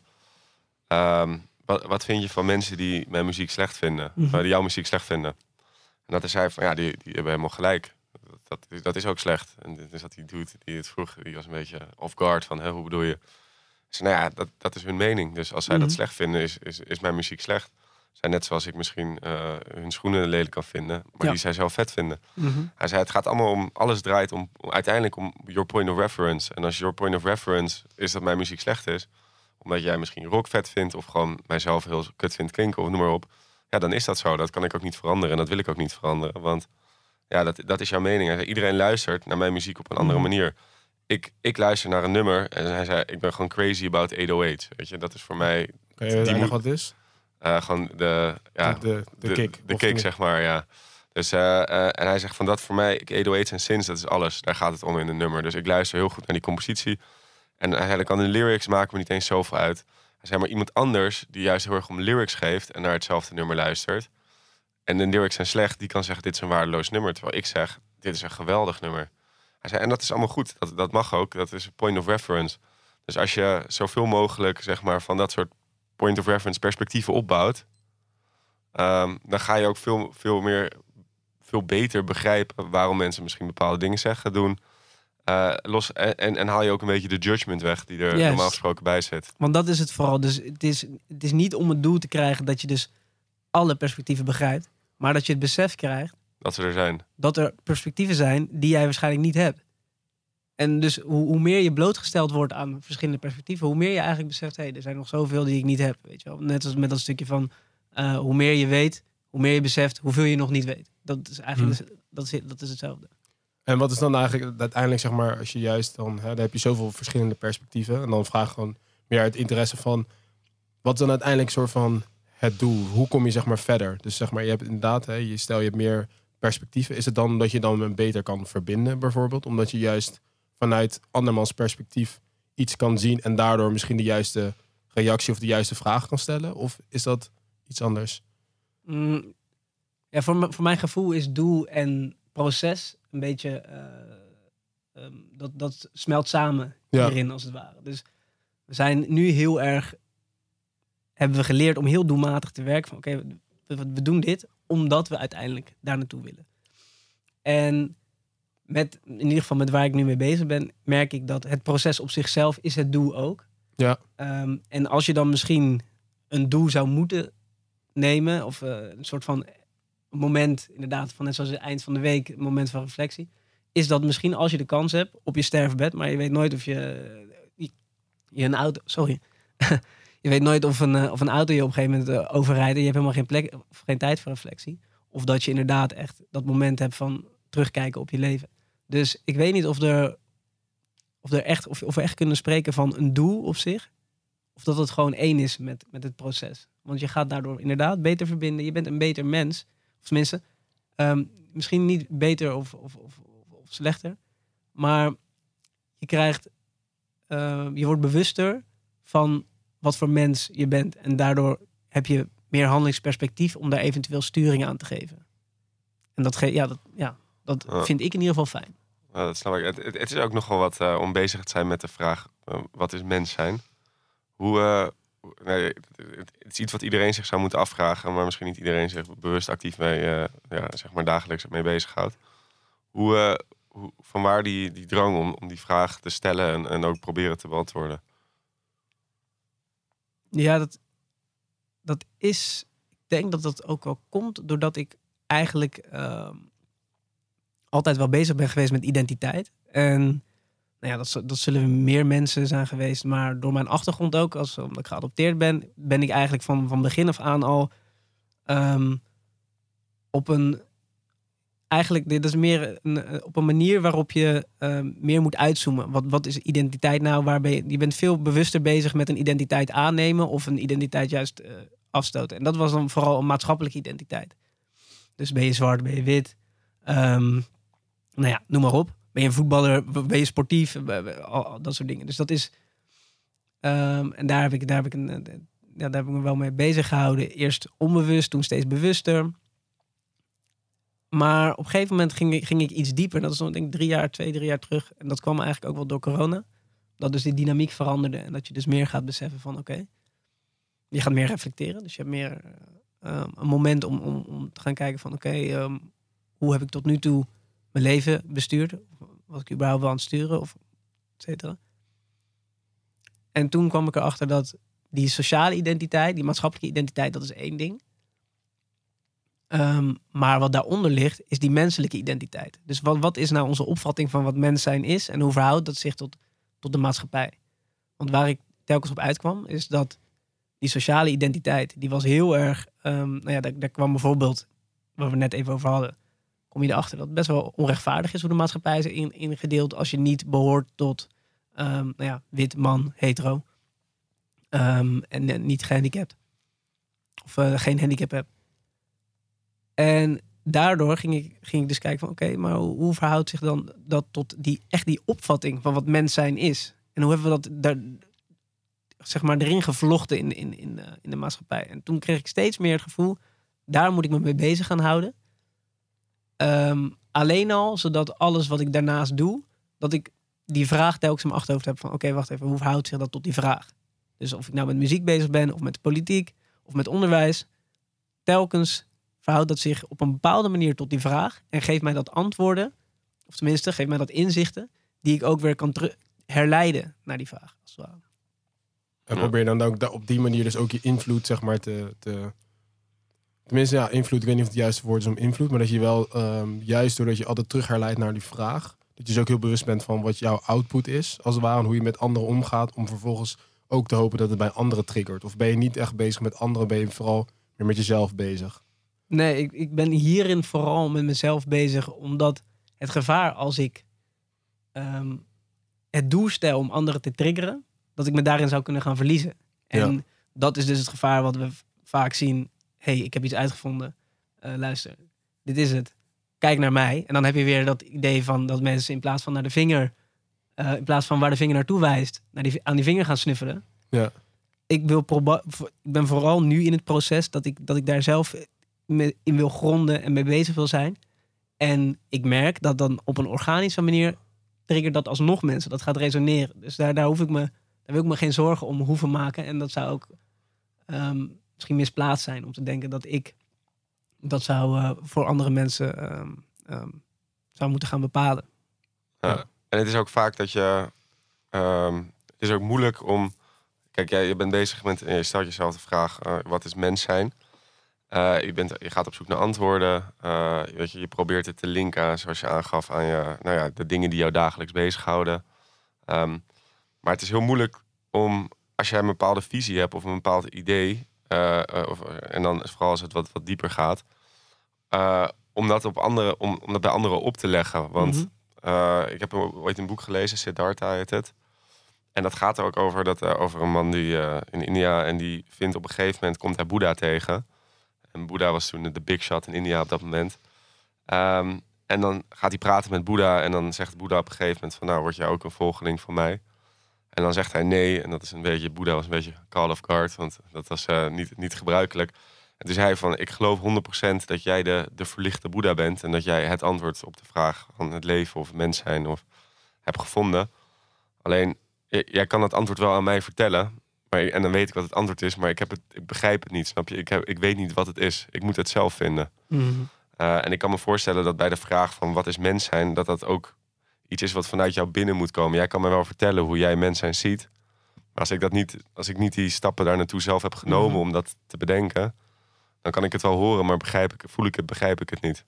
Speaker 2: um, wat, wat vind je van mensen die mijn muziek slecht vinden?
Speaker 3: Mm-hmm.
Speaker 2: Uh, die jouw muziek slecht vinden? En dat hij zei van, ja, die, die hebben helemaal gelijk. Dat, dat, dat is ook slecht. En dus dat die dude die het vroeg, die was een beetje off guard van, hè, hoe bedoel je? Dus nou ja, dat, dat is hun mening. Dus als zij
Speaker 3: Mm-hmm.
Speaker 2: dat slecht vinden, is, is, is mijn muziek slecht. Zij net zoals ik misschien uh, hun schoenen lelijk kan vinden, maar
Speaker 3: Ja.
Speaker 2: die zij zelf vet vinden.
Speaker 3: Mm-hmm.
Speaker 2: Hij zei, het gaat allemaal om, alles draait om, om uiteindelijk om your point of reference. En als your point of reference is dat mijn muziek slecht is, omdat jij misschien rock vet vindt of gewoon mijzelf heel kut vindt klinken of noem maar op. Ja, dan is dat zo. Dat kan ik ook niet veranderen en dat wil ik ook niet veranderen. Want ja, dat, dat is jouw mening. Hij zei, iedereen luistert naar mijn muziek op een andere
Speaker 3: Mm-hmm.
Speaker 2: manier. Ik, ik luister naar een nummer en hij zei, ik ben gewoon crazy about honderdachttachtig. Weet je, dat is voor mij
Speaker 1: Kan je
Speaker 2: Die
Speaker 1: uitleggen
Speaker 2: moet-
Speaker 1: wat het is?
Speaker 2: uh, gewoon de, ja,
Speaker 1: de, de, de kick.
Speaker 2: de
Speaker 1: Of
Speaker 2: kick,
Speaker 1: de-
Speaker 2: zeg maar, ja. Dus, uh, uh, en hij zegt van dat voor mij, ik honderdachttachtig en Sins, dat is alles. Daar gaat het om in een nummer. Dus ik luister heel goed naar die compositie. En hij zei, kan de lyrics maken me niet eens zoveel uit. Hij zei, maar iemand anders, die juist heel erg om lyrics geeft en naar hetzelfde nummer luistert. En de lyrics zijn slecht, die kan zeggen, dit is een waardeloos nummer. Terwijl ik zeg, dit is een geweldig nummer. Hij zei, en dat is allemaal goed. Dat, dat mag ook. Dat is een point of reference. Dus als je zoveel mogelijk, zeg maar, van dat soort point of reference perspectieven opbouwt, Um, dan ga je ook veel, veel meer, veel beter begrijpen waarom mensen misschien bepaalde dingen zeggen, doen. Uh, los, en, en, en haal je ook een beetje de judgment weg die er
Speaker 3: Yes.
Speaker 2: normaal gesproken bij zit.
Speaker 3: Want dat is het vooral. Dus het is, het is niet om het doel te krijgen dat je dus alle perspectieven begrijpt. Maar dat je het besef krijgt
Speaker 2: Dat ze er zijn.
Speaker 3: dat er perspectieven zijn die jij waarschijnlijk niet hebt. En dus hoe, hoe meer je blootgesteld wordt aan verschillende perspectieven, hoe meer je eigenlijk beseft, hé, hey, er zijn nog zoveel die ik niet heb. Weet je wel? Net als met dat stukje van uh, hoe meer je weet, hoe meer je beseft, hoeveel je nog niet weet. Dat is eigenlijk
Speaker 1: Hmm.
Speaker 3: dus, dat is, dat is hetzelfde.
Speaker 1: En wat is dan eigenlijk uiteindelijk, zeg maar, als je juist dan, hè, dan heb je zoveel verschillende perspectieven. En dan vraag gewoon meer uit interesse van, wat is dan uiteindelijk soort van het doel? Hoe kom je, zeg maar, verder? Dus zeg maar, je hebt inderdaad, hè, je stel je hebt meer perspectieven. Is het dan dat je dan beter kan verbinden, bijvoorbeeld? Omdat je juist vanuit andermans perspectief iets kan zien en daardoor misschien de juiste reactie of de juiste vraag kan stellen? Of is dat iets anders?
Speaker 3: Mm, ja, voor, m- voor mijn gevoel is doel en proces een beetje, uh, um, dat, dat smelt samen
Speaker 1: Ja.
Speaker 3: hierin als het ware. Dus we zijn nu heel erg, hebben we geleerd om heel doelmatig te werken. Van oké, we, we doen dit omdat we uiteindelijk daar naartoe willen. En met, in ieder geval met waar ik nu mee bezig ben, merk ik dat het proces op zichzelf is het doel ook.
Speaker 1: Ja.
Speaker 3: Um, en als je dan misschien een doel zou moeten nemen, of uh, een soort van moment, inderdaad, van net zoals het eind van de week, een moment van reflectie, is dat misschien als je de kans hebt op je sterfbed, maar je weet nooit of je, je, je een auto, sorry, je weet nooit of een, uh, of een auto je op een gegeven moment uh, overrijdt en je hebt helemaal geen plek of geen tijd voor reflectie. Of dat je inderdaad echt dat moment hebt van terugkijken op je leven. Dus ik weet niet of er, of er echt, of, of we echt kunnen spreken van een doel op zich, of dat het gewoon één is met, met het proces. Want je gaat daardoor inderdaad beter verbinden. Je bent een beter mens. Of tenminste, um, misschien niet beter of, of, of, of slechter. Maar je krijgt, uh, je wordt bewuster van wat voor mens je bent. En daardoor heb je meer handelingsperspectief om daar eventueel sturing aan te geven. En dat, ge- ja, dat, ja, dat
Speaker 2: Ja.
Speaker 3: vind ik in ieder geval fijn.
Speaker 2: Ja, dat snap ik. Het, het, het is ook nogal wat uh, om bezig te zijn met de vraag, uh, wat is mens zijn? Hoe, uh, nee, het, het is iets wat iedereen zich zou moeten afvragen, maar misschien niet iedereen zich bewust actief mee, uh, ja, zeg maar dagelijks mee bezighoudt. Hoe, uh, hoe, vanwaar die, die drang om, om die vraag te stellen en, en ook proberen te beantwoorden?
Speaker 3: Ja, dat, dat is... Ik denk dat dat ook wel komt doordat ik eigenlijk uh, altijd wel bezig ben geweest met identiteit. En nou ja, dat, dat zullen meer mensen zijn geweest. Maar door mijn achtergrond ook, als, omdat ik geadopteerd ben, ben ik eigenlijk van, van begin af aan al um, op een... Eigenlijk, dit is meer een, op een manier waarop je uh, meer moet uitzoomen. Wat, wat is identiteit nou? Waar ben je, je bent veel bewuster bezig met een identiteit aannemen of een identiteit juist uh, afstoten. En dat was dan vooral een maatschappelijke identiteit. Dus ben je zwart, ben je wit? Um, nou ja, noem maar op. Ben je een voetballer? Ben je sportief? Al, al dat soort dingen. Dus dat is... Um, en daar heb ik, daar heb ik, een, ja, daar heb ik me wel mee bezig gehouden. Eerst onbewust, toen steeds bewuster. Maar op een gegeven moment ging ik, ging ik iets dieper. Dat is nog denk ik drie jaar, twee, drie jaar terug. En dat kwam eigenlijk ook wel door corona. Dat dus die dynamiek veranderde. En dat je dus meer gaat beseffen van oké. Okay, je gaat meer reflecteren. Dus je hebt meer uh, een moment om, om, om te gaan kijken van oké. Okay, um, hoe heb ik tot nu toe mijn leven bestuurd? Was ik überhaupt wel aan het sturen? Of et cetera. En toen kwam ik erachter dat die sociale identiteit, die maatschappelijke identiteit, dat is één ding. Um, maar wat daaronder ligt, is die menselijke identiteit. Dus wat, wat is nou onze opvatting van wat mens zijn is en hoe verhoudt dat zich tot, tot de maatschappij? Want waar ik telkens op uitkwam, is dat die sociale identiteit, die was heel erg... Um, nou ja, daar, daar kwam bijvoorbeeld, waar we net even over hadden, kom je erachter dat het best wel onrechtvaardig is hoe de maatschappij is in, ingedeeld als je niet behoort tot um, nou ja, wit, man, hetero. Um, en uh, niet gehandicapt. Of uh, geen handicap hebt. En daardoor ging ik, ging ik dus kijken van oké, okay, maar hoe, hoe verhoudt zich dan dat tot die, echt die opvatting van wat mens zijn is? En hoe hebben we dat daar, zeg maar, erin gevlochten in, in, in, uh, in de maatschappij? En toen kreeg ik steeds meer het gevoel, daar moet ik me mee bezig gaan houden. Um, alleen al, zodat alles wat ik daarnaast doe, dat ik die vraag telkens in mijn achterhoofd heb van oké, okay, wacht even, hoe verhoudt zich dat tot die vraag? Dus of ik nou met muziek bezig ben, of met politiek, of met onderwijs, telkens verhoudt dat zich op een bepaalde manier tot die vraag en geeft mij dat antwoorden, of tenminste geeft mij dat inzichten, die ik ook weer kan teru- herleiden naar die vraag. Als het ware.
Speaker 1: En probeer dan ook da- op die manier dus ook je invloed, zeg maar, te... te... Tenminste, ja, invloed, ik weet niet of het juiste woord is om invloed, maar dat je wel, um, juist doordat je altijd terug herleidt naar die vraag, dat je dus ook heel bewust bent van wat jouw output is, als het ware, en hoe je met anderen omgaat, om vervolgens ook te hopen dat het bij anderen triggert. Of ben je niet echt bezig met anderen, ben je vooral weer met jezelf bezig?
Speaker 3: Nee, ik, ik ben hierin vooral met mezelf bezig, omdat het gevaar als ik um, het doel stel om anderen te triggeren, dat ik me daarin zou kunnen gaan verliezen. En
Speaker 1: Ja.
Speaker 3: dat is dus het gevaar wat we v- vaak zien. Hé, hey, ik heb iets uitgevonden. Uh, luister, dit is het. Kijk naar mij. En dan heb je weer dat idee van dat mensen in plaats van naar de vinger, uh, in plaats van waar de vinger naartoe wijst, naar die, aan die vinger gaan snuffelen.
Speaker 1: Ja.
Speaker 3: Ik, wil proba- ik ben vooral nu in het proces dat ik, dat ik daar zelf me in wil gronden en mee bezig wil zijn. En ik merk dat dan op een organische manier triggert dat alsnog mensen. Dat gaat resoneren. Dus daar, daar, hoef ik me, daar wil ik me geen zorgen om hoeven maken. En dat zou ook um, misschien misplaatst zijn om te denken dat ik dat zou uh, voor andere mensen um, um, zou moeten gaan bepalen.
Speaker 2: Ja. En het is ook vaak dat je... Um, het is ook moeilijk om... Kijk, jij je bent bezig met... Je stelt jezelf de vraag, uh, wat is mens zijn? Uh, je, bent, je gaat op zoek naar antwoorden. Uh, weet je, je probeert het te linken, zoals je aangaf, aan je, nou ja, de dingen die jou dagelijks bezighouden. Um, maar het is heel moeilijk om, als jij een bepaalde visie hebt of een bepaald idee, uh, uh, of, en dan vooral als het wat, wat dieper gaat, uh, om, dat op andere, om, om dat bij anderen op te leggen. Want
Speaker 3: Mm-hmm.
Speaker 2: uh, ik heb ooit een boek gelezen, Siddhartha heet het. En dat gaat er ook over, dat, uh, over een man die uh, in India, en die vindt op een gegeven moment, komt hij Boeddha tegen. En Boeddha was toen de big shot in India op dat moment. Um, en dan gaat hij praten met Boeddha. En dan zegt Boeddha op een gegeven moment van, nou, word jij ook een volgeling van mij? En dan zegt hij nee. En dat is een beetje, Boeddha was een beetje call of guard. Want dat was uh, niet, niet gebruikelijk. En toen zei hij van, ik geloof honderd procent dat jij de, de verlichte Boeddha bent. En dat jij het antwoord op de vraag van het leven of mens zijn of hebt gevonden. Alleen, j- jij kan het antwoord wel aan mij vertellen. Maar, en dan weet ik wat het antwoord is, maar ik, heb het, ik begrijp het niet, snap je? Ik, heb, ik weet niet wat het is. Ik moet het zelf vinden.
Speaker 3: Mm-hmm.
Speaker 2: Uh, en ik kan me voorstellen dat bij de vraag van wat is mens zijn, dat dat ook iets is wat vanuit jou binnen moet komen. Jij kan me wel vertellen hoe jij mens zijn ziet. Maar als ik, dat niet, als ik niet die stappen daar naartoe zelf heb genomen
Speaker 3: Mm-hmm.
Speaker 2: om dat te bedenken, dan kan ik het wel horen, maar begrijp ik, voel ik het, begrijp ik het niet.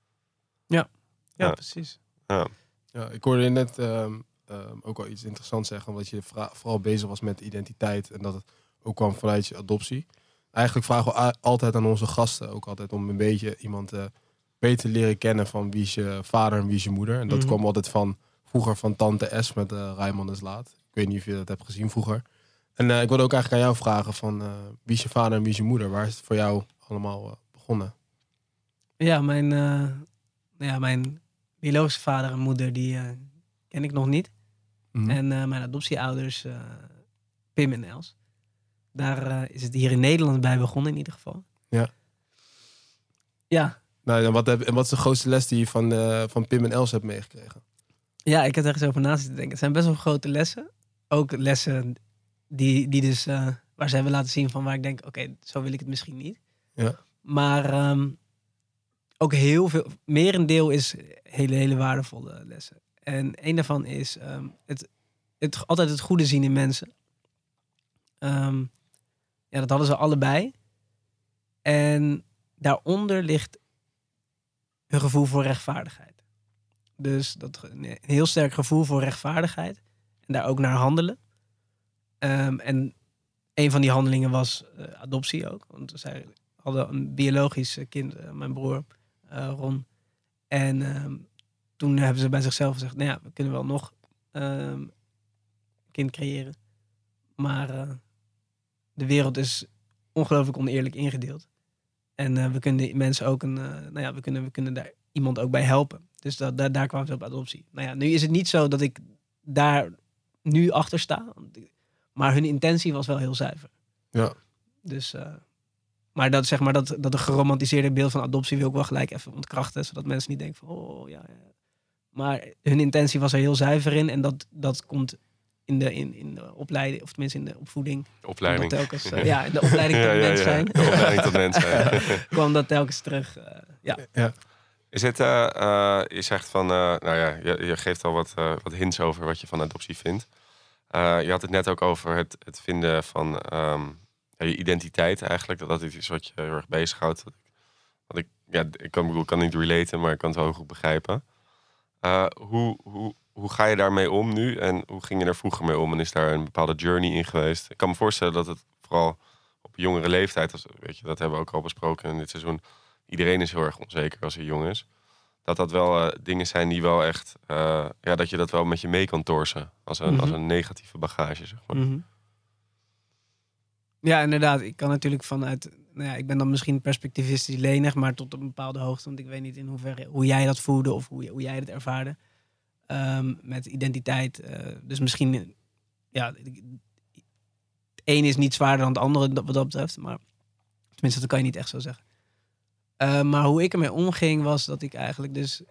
Speaker 3: Ja,
Speaker 2: Ja.
Speaker 3: precies.
Speaker 2: Ja.
Speaker 1: Ja, ik hoorde je net um, um, ook al iets interessants zeggen, omdat je vra- vooral bezig was met identiteit en dat het ook kwam vanuit je adoptie. Eigenlijk vragen we a- altijd aan onze gasten, ook altijd om een beetje iemand uh, beter te leren kennen van wie is je vader en wie is je moeder. En dat
Speaker 3: Mm-hmm.
Speaker 1: kwam altijd van vroeger van Tante S met uh, Raymond is laat. Ik weet niet of je dat hebt gezien vroeger. En uh, ik wilde ook eigenlijk aan jou vragen van uh, wie is je vader en wie is je moeder? Waar is het voor jou allemaal uh, begonnen?
Speaker 3: Ja, mijn, uh, ja, mijn biologische vader en moeder, die uh, ken ik nog niet.
Speaker 1: Mm-hmm.
Speaker 3: En uh, mijn adoptieouders, uh, Pim en Els. Daar uh, is het hier in Nederland bij begonnen in ieder geval.
Speaker 1: Ja.
Speaker 3: Ja.
Speaker 1: Nou, en, wat heb, en wat is de grootste les die je van, uh, van Pim en Els hebt meegekregen?
Speaker 3: Ja, ik heb er eens over na zitten denken. Het zijn best wel grote lessen. Ook lessen die, die dus, uh, waar ze hebben laten zien van waar ik denk, oké, okay, zo wil ik het misschien niet.
Speaker 1: Ja.
Speaker 3: Maar um, ook heel veel, merendeel is hele, hele waardevolle lessen. En een daarvan is um, het, het, altijd het goede zien in mensen. Um, ja, dat hadden ze allebei. En daaronder ligt een gevoel voor rechtvaardigheid. Dus dat, een heel sterk gevoel voor rechtvaardigheid. En daar ook naar handelen. Um, en een van die handelingen was uh, adoptie ook. Want zij hadden een biologisch kind, uh, mijn broer uh, Ron. En um, toen hebben ze bij zichzelf gezegd, nou ja, we kunnen wel nog um, een kind creëren. Maar uh, de wereld is ongelooflijk oneerlijk ingedeeld. En uh, we kunnen die mensen ook een, uh, nou ja, we kunnen, we kunnen daar iemand ook bij helpen. Dus dat, daar, daar kwamen ze op adoptie. Nou ja, nu is het niet zo dat ik daar nu achter sta. Maar hun intentie was wel heel zuiver.
Speaker 1: Ja.
Speaker 3: Dus, uh, maar dat zeg maar dat, dat een geromantiseerde beeld van adoptie wil ik wel gelijk even ontkrachten. Zodat mensen niet denken van, oh ja, ja. Maar hun intentie was er heel zuiver in. En dat, dat komt in de, in, in de opleiding, of tenminste in de opvoeding.
Speaker 2: Opleiding.
Speaker 3: Dat telkens, uh, ja, in de opleiding tot
Speaker 2: ja, ja,
Speaker 3: mens
Speaker 2: ja.
Speaker 3: zijn.
Speaker 2: De opleiding tot mens zijn.
Speaker 3: kwam dat telkens terug. Uh, ja.
Speaker 1: Ja.
Speaker 2: Is het, uh, uh, je zegt van, uh, nou ja, je, je geeft al wat, uh, wat hints over wat je van adoptie vindt. Uh, je had het net ook over het, het vinden van um, ja, je identiteit eigenlijk. Dat dat iets is wat je heel erg bezighoudt. Wat ik, ja, ik kan, bedoel, kan niet relaten, maar ik kan het wel goed begrijpen. Uh, hoe, hoe, hoe ga je daarmee om nu? En hoe ging je daar vroeger mee om? En is daar een bepaalde journey in geweest? Ik kan me voorstellen dat het vooral op jongere leeftijd, als, weet je, dat hebben we ook al besproken in dit seizoen. Iedereen is heel erg onzeker als hij jong is. Dat dat wel uh, dingen zijn die wel echt, uh, ja, dat je dat wel met je mee kan torsen. Als een,
Speaker 3: Mm-hmm.
Speaker 2: als een negatieve bagage, zeg maar.
Speaker 3: Mm-hmm. Ja, inderdaad. Ik kan natuurlijk vanuit, nou ja, ik ben dan misschien perspectivistisch lenig, maar tot een bepaalde hoogte. Want ik weet niet in hoeverre, hoe jij dat voelde of hoe, hoe jij het ervaarde. Um, met identiteit. Uh, dus misschien, ja, het een is niet zwaarder dan het andere wat dat betreft. Maar tenminste, dat kan je niet echt zo zeggen. Uh, maar hoe ik ermee omging was dat ik eigenlijk dus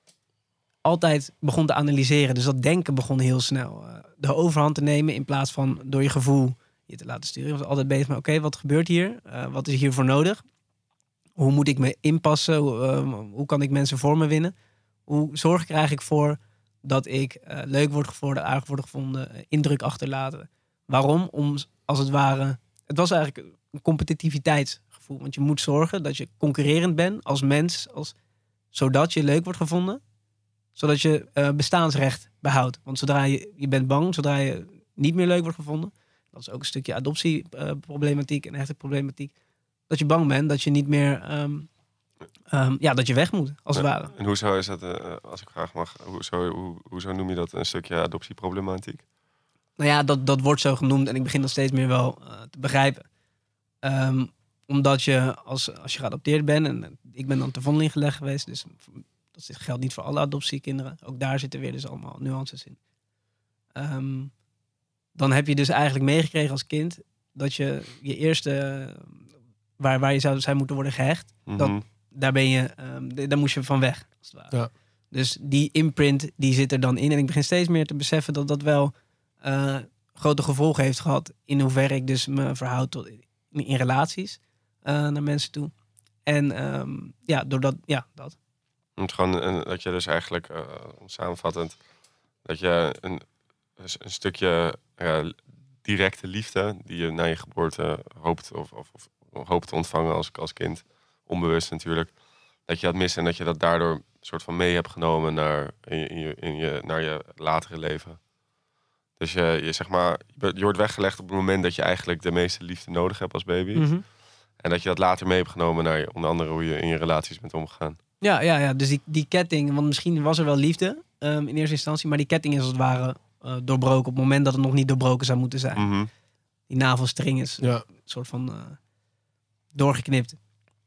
Speaker 3: altijd begon te analyseren. Dus dat denken begon heel snel. Uh, de overhand te nemen in plaats van door je gevoel je te laten sturen. Ik was altijd bezig met, oké, okay, wat gebeurt hier? Uh, wat is hiervoor nodig? Hoe moet ik me inpassen? Hoe, uh, hoe kan ik mensen voor me winnen? Hoe zorg ik er eigenlijk voor dat ik uh, leuk word gevonden, aardig word gevonden, uh, indruk achterlaten? Waarom? Om, als het ware, het was eigenlijk een competitiviteitsgevoel. Want je moet zorgen dat je concurrerend bent als mens, als, zodat je leuk wordt gevonden. Zodat je uh, bestaansrecht behoudt. Want zodra je, je bent bang, zodra je niet meer leuk wordt gevonden, dat is ook een stukje adoptieproblematiek uh, en echte problematiek, dat je bang bent dat je niet meer, um, um, ja, dat je weg moet, als het
Speaker 2: Ja,
Speaker 3: ware.
Speaker 2: en hoezo is dat, uh, als ik graag mag, hoezo, hoe, hoezo noem je dat een stukje adoptieproblematiek?
Speaker 3: Nou ja, dat, dat wordt zo genoemd en ik begin dat steeds meer wel uh, te begrijpen. Um, omdat je, als, als je geadopteerd bent, en ik ben dan ter vondeling gelegd geweest, dus dat geldt niet voor alle adoptiekinderen. Ook daar zitten weer dus allemaal nuances in. Um, dan heb je dus eigenlijk meegekregen als kind dat je je eerste, waar, waar je zou zijn moeten worden gehecht,
Speaker 2: Mm-hmm.
Speaker 3: dat, daar ben je, um, daar moest je van weg, als het ware.
Speaker 1: Ja.
Speaker 3: Dus die imprint, die zit er dan in. En ik begin steeds meer te beseffen dat dat wel uh, grote gevolgen heeft gehad in hoeverre ik dus me verhoud tot, in, in relaties uh, naar mensen toe. En um, ja, doordat, ja, dat.
Speaker 2: Het gewoon een, dat je dus eigenlijk, uh, samenvattend, dat je een, een stukje ja, directe liefde die je na je geboorte hoopt of, of, of hoopt te ontvangen als, als kind, onbewust natuurlijk, dat je dat mist en dat je dat daardoor een soort van mee hebt genomen naar, in je, in je, in je, naar je latere leven. Dus je, je, zeg maar, je wordt weggelegd op het moment dat je eigenlijk de meeste liefde nodig hebt als baby.
Speaker 3: Mm-hmm.
Speaker 2: En dat je dat later mee hebt genomen naar je, onder andere hoe je in je relaties bent omgegaan.
Speaker 3: Ja, ja, ja, dus die, die ketting, want misschien was er wel liefde um, in eerste instantie, maar die ketting is als het ware uh, doorbroken op het moment dat het nog niet doorbroken zou moeten zijn.
Speaker 2: Mm-hmm.
Speaker 3: Die navelstring is
Speaker 1: Ja.
Speaker 3: een soort van uh, doorgeknipt.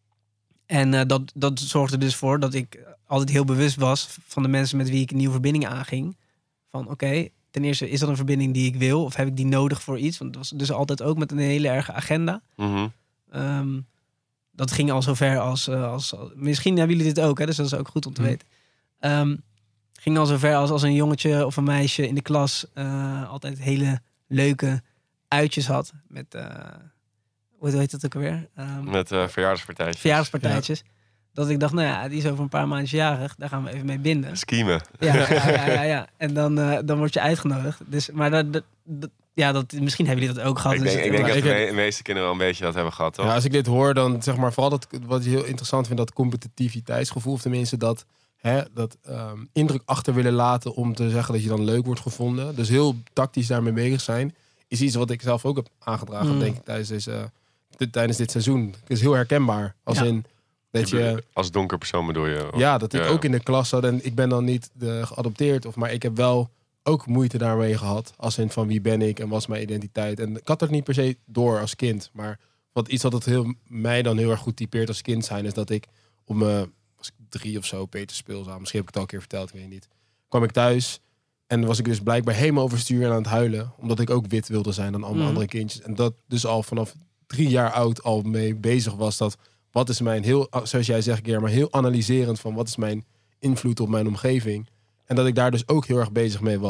Speaker 3: En uh, dat, dat zorgde dus voor dat ik altijd heel bewust was van de mensen met wie ik een nieuwe verbinding aanging. Van oké, okay, ten eerste, is dat een verbinding die ik wil of heb ik die nodig voor iets? Want het was dus altijd ook met een hele erge agenda.
Speaker 2: Mm-hmm.
Speaker 3: Um, dat ging al zover als, uh, als... Misschien hebben jullie dit ook, hè, dus dat is ook goed om te
Speaker 1: Mm.
Speaker 3: weten. Um, ging al zover als, als een jongetje of een meisje in de klas uh, altijd hele leuke uitjes had. Met, uh, hoe heet dat ook alweer? Um,
Speaker 2: Met uh, verjaardagspartijtjes.
Speaker 3: verjaardagspartijtjes. Ja. Dat ik dacht, nou ja, die is over een paar maandjes jarig. Daar gaan we even mee binden.
Speaker 2: Schiemen.
Speaker 3: Ja, ja, ja, ja, ja. En dan, uh, dan word je uitgenodigd. Dus, maar dat, dat, dat, ja, dat, misschien hebben jullie dat ook gehad.
Speaker 2: Ik
Speaker 3: dus
Speaker 2: denk, ik
Speaker 3: het-
Speaker 2: denk dat
Speaker 1: ik
Speaker 2: de
Speaker 1: heb-
Speaker 2: me- meeste kinderen wel een beetje dat hebben gehad, toch?
Speaker 1: Ja, als ik dit hoor, dan zeg maar vooral dat, wat je heel interessant vindt, dat competitiviteitsgevoel. Of tenminste dat, hè, dat um, indruk achter willen laten om te zeggen dat je dan leuk wordt gevonden. Dus heel tactisch daarmee bezig zijn. Is iets wat ik zelf ook heb aangedragen,
Speaker 3: Mm.
Speaker 1: denk ik, tijdens, deze, dit, tijdens dit seizoen. Het is heel herkenbaar. Als
Speaker 3: Ja.
Speaker 1: in dat je...
Speaker 2: Als donker persoon bedoel je? Of-
Speaker 1: Ja, dat ik
Speaker 2: Ja.
Speaker 1: ook in de klas zat en ik ben dan niet de, geadopteerd. Of, maar ik heb wel ook moeite daarmee gehad. Als in van wie ben ik en wat is mijn identiteit. En ik had dat niet per se door als kind. Maar wat iets wat het heel, mij dan heel erg goed typeert als kind zijn... is dat ik om uh, was ik drie of zo, Peter speelzaam. Misschien heb ik het al een keer verteld, ik weet niet. Kwam ik thuis en was ik dus blijkbaar helemaal overstuur en aan het huilen. Omdat ik ook wit wilde zijn dan allemaal
Speaker 3: Mhm.
Speaker 1: andere kindjes. En dat dus al vanaf drie jaar oud al mee bezig was. Dat wat is mijn heel, zoals jij zegt, keer, maar heel analyserend van wat is mijn invloed op mijn omgeving. En dat ik daar dus ook heel erg bezig mee was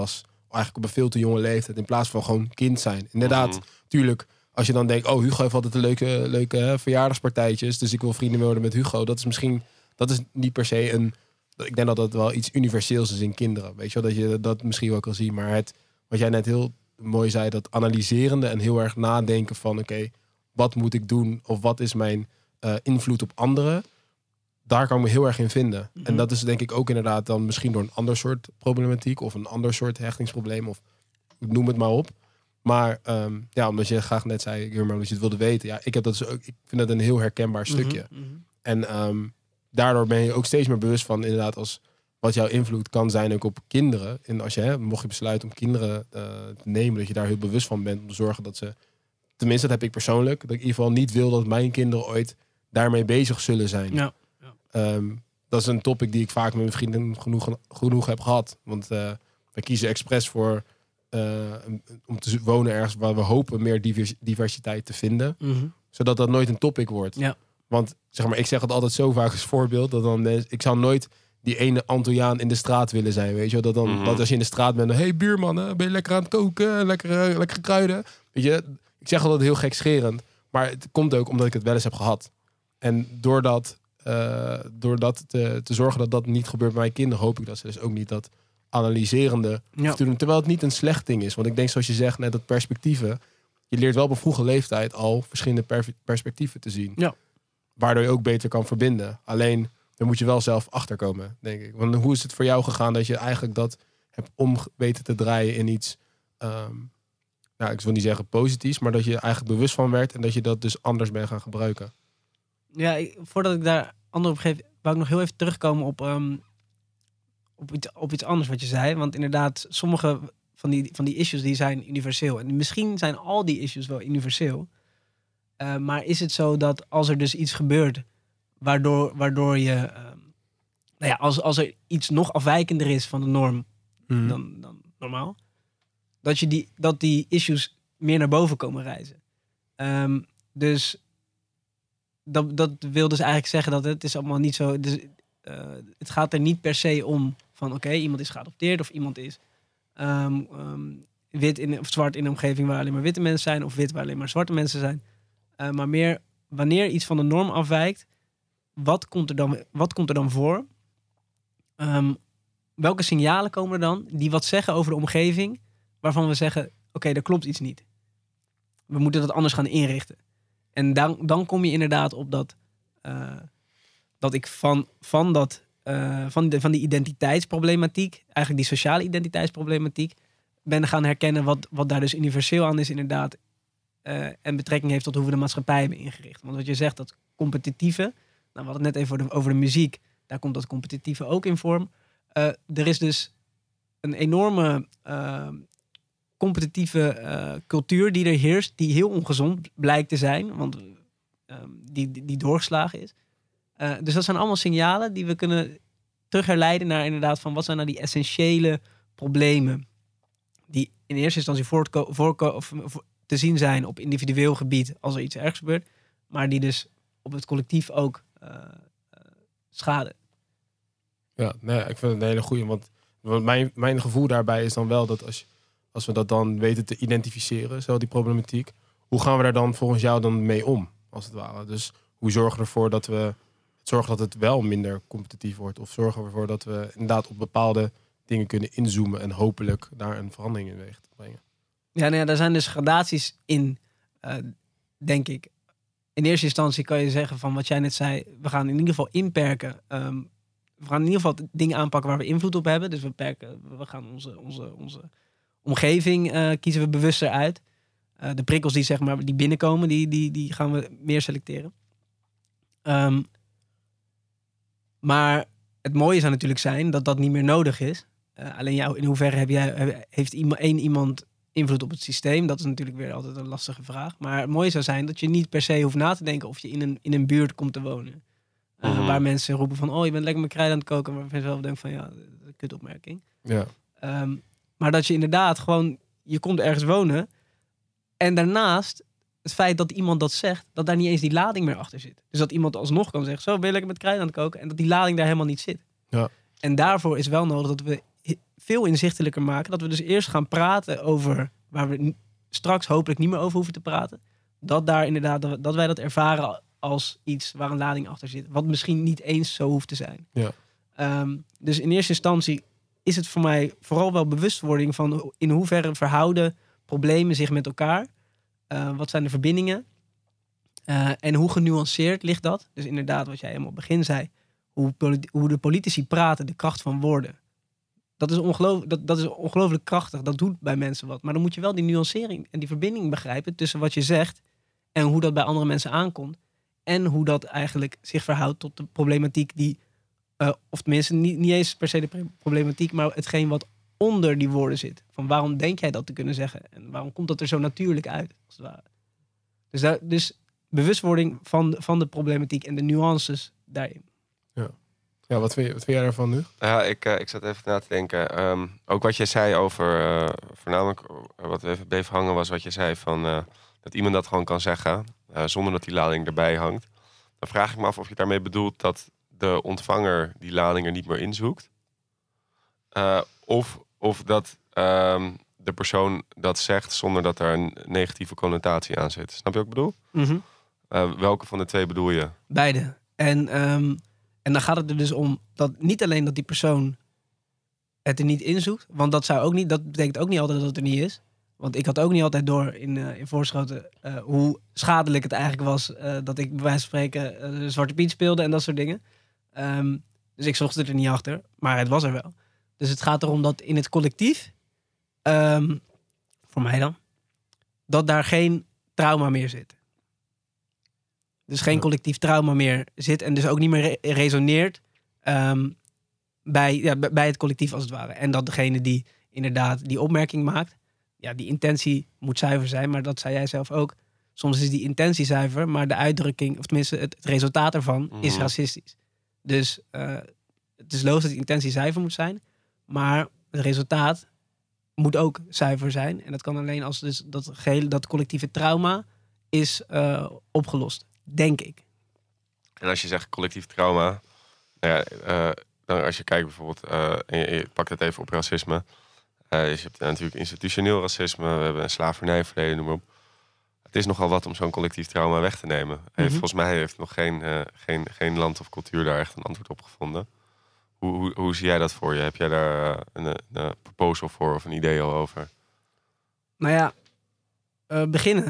Speaker 1: eigenlijk op een veel te jonge leeftijd. In plaats van gewoon kind zijn. Inderdaad,
Speaker 2: Mhm.
Speaker 1: tuurlijk. Als je dan denkt, oh, Hugo heeft altijd een leuke, leuke hè, verjaardagspartijtjes. Dus ik wil vrienden worden met Hugo. Dat is misschien, dat is niet per se een... Ik denk dat dat wel iets universeels is in kinderen. Weet je wel, dat je dat misschien wel kan zien. Maar het, wat jij net heel mooi zei, dat analyserende en heel erg nadenken van... Oké, okay, wat moet ik doen? Of wat is mijn uh, invloed op anderen? Daar kan ik me heel erg in vinden. Mm-hmm. En dat is denk ik ook inderdaad dan misschien door een ander soort problematiek... of een ander soort hechtingsprobleem, of noem het maar op. Maar um, ja, omdat je graag net zei, Gurman, omdat je het wilde weten. Ja, ik heb dat dus ook. Ik vind dat een heel herkenbaar stukje.
Speaker 3: Mm-hmm, mm-hmm.
Speaker 1: En um, daardoor ben je ook steeds meer bewust van, inderdaad, als wat jouw invloed kan zijn ook op kinderen. En als je, hè, mocht je besluiten om kinderen uh, te nemen, dat je daar heel bewust van bent om te zorgen dat ze, tenminste, dat heb ik persoonlijk, dat ik in ieder geval niet wil dat mijn kinderen ooit daarmee bezig zullen zijn.
Speaker 3: Ja. Ja.
Speaker 1: Um, dat is een topic die ik vaak met mijn vrienden genoeg, genoeg heb gehad. Want uh, we kiezen expres voor Uh, om te wonen ergens waar we hopen meer divers- diversiteit te vinden.
Speaker 3: Mm-hmm.
Speaker 1: Zodat dat nooit een topic wordt.
Speaker 3: Ja.
Speaker 1: Want zeg maar, ik zeg het altijd zo vaak als voorbeeld. Dat dan, ik zou nooit die ene Antilliaan in de straat willen zijn. Weet je wel? Dat, dan, mm-hmm. dat als je in de straat bent. Hé hey, buurman, hè? Ben je lekker aan het koken? Lekkere, lekkere kruiden? Weet je? Ik zeg altijd heel gekscherend. Maar het komt ook omdat ik het wel eens heb gehad. En doordat, uh, doordat te, te zorgen dat dat niet gebeurt bij mijn kinderen, hoop ik dat ze dus ook niet dat analyserende
Speaker 3: ja.
Speaker 1: doen, terwijl het niet een slecht ding is. Want ik denk, zoals je zegt, net dat perspectieven, je leert wel op een vroege leeftijd al verschillende per- perspectieven te zien.
Speaker 3: Ja.
Speaker 1: Waardoor je ook beter kan verbinden. Alleen, dan moet je wel zelf achterkomen, denk ik. Want hoe is het voor jou gegaan dat je eigenlijk dat hebt om weten te draaien in iets, um, nou, ik wil niet zeggen positiefs, maar dat je eigenlijk bewust van werd en dat je dat dus anders bent gaan gebruiken?
Speaker 3: Ja, ik, voordat ik daar antwoord op geef, wou ik nog heel even terugkomen op... Um... Op iets, op iets anders wat je zei. Want inderdaad, sommige van die, van die issues die zijn universeel. En misschien zijn al die issues wel universeel. Uh, maar is het zo dat als er dus iets gebeurt... waardoor, waardoor je... Uh, nou ja, als, als er iets nog afwijkender is van de norm hmm. dan, dan normaal... Dat, je die, dat die issues meer naar boven komen reizen. Um, dus dat, dat wil dus eigenlijk zeggen dat het is allemaal niet zo... Dus, Uh, het gaat er niet per se om van oké, okay, iemand is geadopteerd of iemand is um, um, wit in, of zwart in een omgeving waar alleen maar witte mensen zijn of wit waar alleen maar zwarte mensen zijn. Uh, maar meer wanneer iets van de norm afwijkt, wat komt er dan, wat komt er dan voor? Um, welke signalen komen er dan die wat zeggen over de omgeving waarvan we zeggen oké, okay, daar klopt iets niet. We moeten dat anders gaan inrichten. En dan, dan kom je inderdaad op dat... Uh, dat ik van, van, dat, uh, van, de, van die identiteitsproblematiek, eigenlijk die sociale identiteitsproblematiek, ben gaan herkennen wat, wat daar dus universeel aan is inderdaad. Uh, en betrekking heeft tot hoe we de maatschappij hebben ingericht. Want wat je zegt, dat competitieve, nou, we hadden het net even over de, over de muziek, daar komt dat competitieve ook in vorm. Uh, er is dus een enorme uh, competitieve uh, cultuur die er heerst, die heel ongezond blijkt te zijn, want uh, die, die, die doorgeslagen is. Uh, dus dat zijn allemaal signalen die we kunnen terugherleiden naar inderdaad van wat zijn nou die essentiële problemen die in eerste instantie voortko- voorko- of, of te zien zijn op individueel gebied als er iets ergs gebeurt, maar die dus op het collectief ook uh, uh, schaden.
Speaker 1: Ja, nee, ik vind het een hele goeie, want, want mijn, mijn gevoel daarbij is dan wel dat als, als we dat dan weten te identificeren, zo die problematiek, hoe gaan we daar dan volgens jou dan mee om, als het ware? Dus hoe zorgen we ervoor dat we zorgen dat het wel minder competitief wordt? Of zorgen we ervoor dat we inderdaad op bepaalde dingen kunnen inzoomen en hopelijk daar een verandering in weg te brengen?
Speaker 3: Ja, nou ja, daar zijn dus gradaties in, uh, denk ik. In eerste instantie kan je zeggen van wat jij net zei, we gaan in ieder geval inperken. Um, we gaan in ieder geval dingen aanpakken waar we invloed op hebben. Dus we perken, we gaan onze, onze, onze omgeving uh, kiezen we bewuster uit. Uh, de prikkels die, zeg maar, die binnenkomen, die, die, die gaan we meer selecteren. Um, Maar het mooie zou natuurlijk zijn dat dat niet meer nodig is. Uh, alleen jou, in hoeverre heb jij, heeft iemand, één iemand invloed op het systeem? Dat is natuurlijk weer altijd een lastige vraag. Maar het mooie zou zijn dat je niet per se hoeft na te denken of je in een, in een buurt komt te wonen. Uh, mm-hmm. Waar mensen roepen van, oh, je bent lekker met kruiden aan het koken. Maar je zelf denkt van, ja, dat is een kutopmerking.
Speaker 1: Ja.
Speaker 3: Um, maar dat je inderdaad gewoon, je komt ergens wonen. En daarnaast, het feit dat iemand dat zegt, dat daar niet eens die lading meer achter zit. Dus dat iemand alsnog kan zeggen, zo, ben je lekker met kruiden aan het koken. En dat die lading daar helemaal niet zit.
Speaker 1: Ja.
Speaker 3: En daarvoor is wel nodig dat we veel inzichtelijker maken. Dat we dus eerst gaan praten over waar we straks hopelijk niet meer over hoeven te praten. Dat daar inderdaad, dat wij dat ervaren als iets waar een lading achter zit. Wat misschien niet eens zo hoeft te zijn.
Speaker 1: Ja.
Speaker 3: Um, dus in eerste instantie is het voor mij vooral wel bewustwording van in hoeverre verhouden problemen zich met elkaar. Uh, wat zijn de verbindingen? Uh, en hoe genuanceerd ligt dat? Dus inderdaad, wat jij helemaal op het begin zei. Hoe, politi- hoe de politici praten, de kracht van woorden. Dat is, ongeloof- dat, dat is ongelooflijk krachtig. Dat doet bij mensen wat. Maar dan moet je wel die nuancering en die verbinding begrijpen tussen wat je zegt en hoe dat bij andere mensen aankomt. En hoe dat eigenlijk zich verhoudt tot de problematiek die, uh, of tenminste niet, niet eens per se de problematiek, maar hetgeen wat onder die woorden zit. Van waarom denk jij dat te kunnen zeggen? En waarom komt dat er zo natuurlijk uit, als het ware? Dus, daar, dus bewustwording van, van de problematiek en de nuances daarin.
Speaker 1: Ja, ja wat, vind je, wat vind jij daarvan nu?
Speaker 2: Ja, ik, uh, ik zat even na te denken. Um, ook wat je zei over, uh, voornamelijk uh, wat even bleef hangen was wat je zei van uh, dat iemand dat gewoon kan zeggen, uh, zonder dat die lading erbij hangt. Dan vraag ik me af of je daarmee bedoelt dat de ontvanger die lading er niet meer inzoekt. Uh, of, of dat um, de persoon dat zegt zonder dat er een negatieve connotatie aan zit. Snap je wat ik bedoel?
Speaker 3: Mm-hmm.
Speaker 2: Uh, welke van de twee bedoel je?
Speaker 3: Beide. En, um, en dan gaat het er dus om dat niet alleen dat die persoon het er niet inzoekt. Want dat zou ook niet, dat betekent ook niet altijd dat het er niet is. Want ik had ook niet altijd door in, uh, in Voorschoten uh, hoe schadelijk het eigenlijk was uh, dat ik bij wijze van spreken uh, Zwarte Piet speelde en dat soort dingen. Um, dus ik zocht het er niet achter, maar het was er wel. Dus het gaat erom dat in het collectief, um, voor mij dan, dat daar geen trauma meer zit. Dus geen
Speaker 1: Ja.
Speaker 3: collectief trauma meer zit en dus ook niet meer re- resoneert um, bij, ja, bij het collectief als het ware. En dat degene die inderdaad die opmerking maakt, ja, die intentie moet zuiver zijn, maar dat zei jij zelf ook. Soms is die intentie zuiver, maar de uitdrukking, of tenminste het, het resultaat ervan, mm-hmm. is racistisch. Dus uh, het is logisch dat die intentie zuiver moet zijn, maar het resultaat moet ook zuiver zijn. En dat kan alleen als dus dat, gehele, dat collectieve trauma is uh, opgelost, denk ik.
Speaker 2: En als je zegt collectief trauma, nou ja, uh, dan als je kijkt bijvoorbeeld, uh, en je, je pakt het even op racisme. Uh, dus je hebt natuurlijk institutioneel racisme, we hebben een slavernijverleden, noem maar op. Het is nogal wat om zo'n collectief trauma weg te nemen. Mm-hmm. Volgens mij heeft nog geen, uh, geen, geen land of cultuur daar echt een antwoord op gevonden. Hoe, hoe, hoe zie jij dat voor je? Heb jij daar uh, een, een proposal voor of een idee al over?
Speaker 3: Nou ja, uh, beginnen.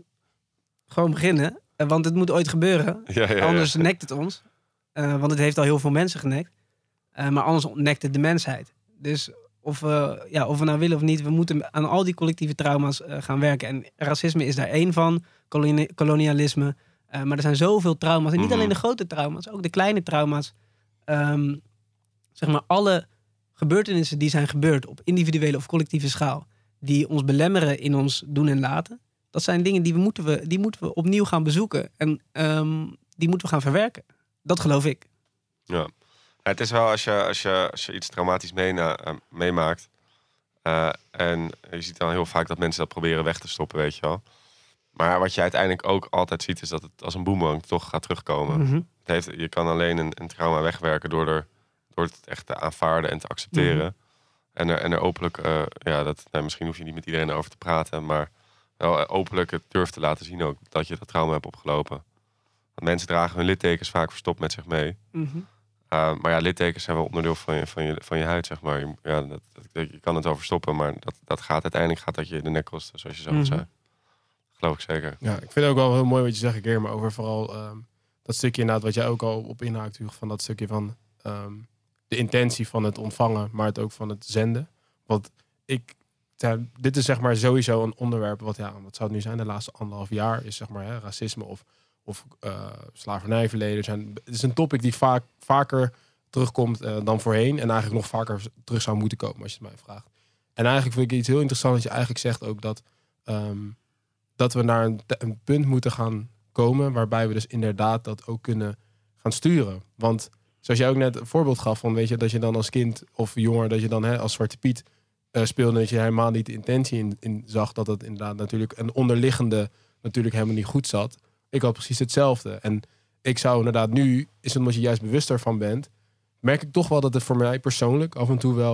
Speaker 3: Gewoon beginnen. Uh, want het moet ooit gebeuren.
Speaker 2: Ja, ja,
Speaker 3: anders
Speaker 2: ja.
Speaker 3: nekt het ons. Uh, want het heeft al heel veel mensen genekt. Uh, maar anders nekt het de mensheid. Dus of, uh, ja, of we nou willen of niet, we moeten aan al die collectieve trauma's uh, gaan werken. En racisme is daar één van. Koloni- kolonialisme. Uh, maar er zijn zoveel trauma's. En niet
Speaker 2: Mm-hmm.
Speaker 3: alleen de grote trauma's, ook de kleine trauma's. Um, zeg maar alle gebeurtenissen die zijn gebeurd op individuele of collectieve schaal, die ons belemmeren in ons doen en laten. Dat zijn dingen die we moeten, we, die moeten we opnieuw gaan bezoeken. En um, die moeten we gaan verwerken. Dat geloof ik.
Speaker 2: Ja. Het is wel als je, als je, als je iets traumatisch meena, uh, meemaakt. Uh, en je ziet dan heel vaak dat mensen dat proberen weg te stoppen, weet je wel. Maar wat je uiteindelijk ook altijd ziet, is dat het als een boemerang toch gaat terugkomen.
Speaker 3: Mm-hmm.
Speaker 2: Het heeft, je kan alleen een, een trauma wegwerken door, er, door het echt te aanvaarden en te accepteren. Mm-hmm. En, er, en er openlijk, uh, ja, dat, nou, misschien hoef je niet met iedereen over te praten, maar wel openlijk het durft te laten zien ook dat je dat trauma hebt opgelopen. Want mensen dragen hun littekens vaak verstopt met zich mee.
Speaker 3: Mm-hmm.
Speaker 2: Uh, maar ja, littekens zijn wel onderdeel van je, van je, van je huid, zeg maar. Je, ja, dat, dat, je kan het wel verstoppen, maar dat, dat gaat uiteindelijk gaat dat je de nek kosten, zoals je zo mm-hmm. zei. Geloof ik zeker.
Speaker 1: Ja, ik vind het ook wel heel mooi wat je zegt, Keer, maar over vooral um, dat stukje inderdaad wat jij ook al op inhaakt, Hugo, van dat stukje van um, de intentie van het ontvangen, maar het ook van het zenden. Want ik, ja, dit is zeg maar sowieso een onderwerp wat, ja, wat zou het nu zijn, de laatste anderhalf jaar, is zeg maar hè, racisme of, of uh, slavernijverleden. Zijn, het is een topic die vaak, vaker terugkomt uh, dan voorheen en eigenlijk nog vaker terug zou moeten komen, als je het mij vraagt. En eigenlijk vind ik iets heel interessants dat je eigenlijk zegt ook dat um, dat we naar een, een punt moeten gaan komen waarbij we dus inderdaad dat ook kunnen gaan sturen. Want zoals jij ook net een voorbeeld gaf van, weet je, dat je dan als kind of jonger, dat je dan hè, als Zwarte Piet uh, speelde, dat je helemaal niet de intentie in, in zag, dat het inderdaad natuurlijk een onderliggende natuurlijk helemaal niet goed zat. Ik had precies hetzelfde. En ik zou inderdaad nu, is het omdat je juist bewuster van bent, merk ik toch wel dat het voor mij persoonlijk af en toe wel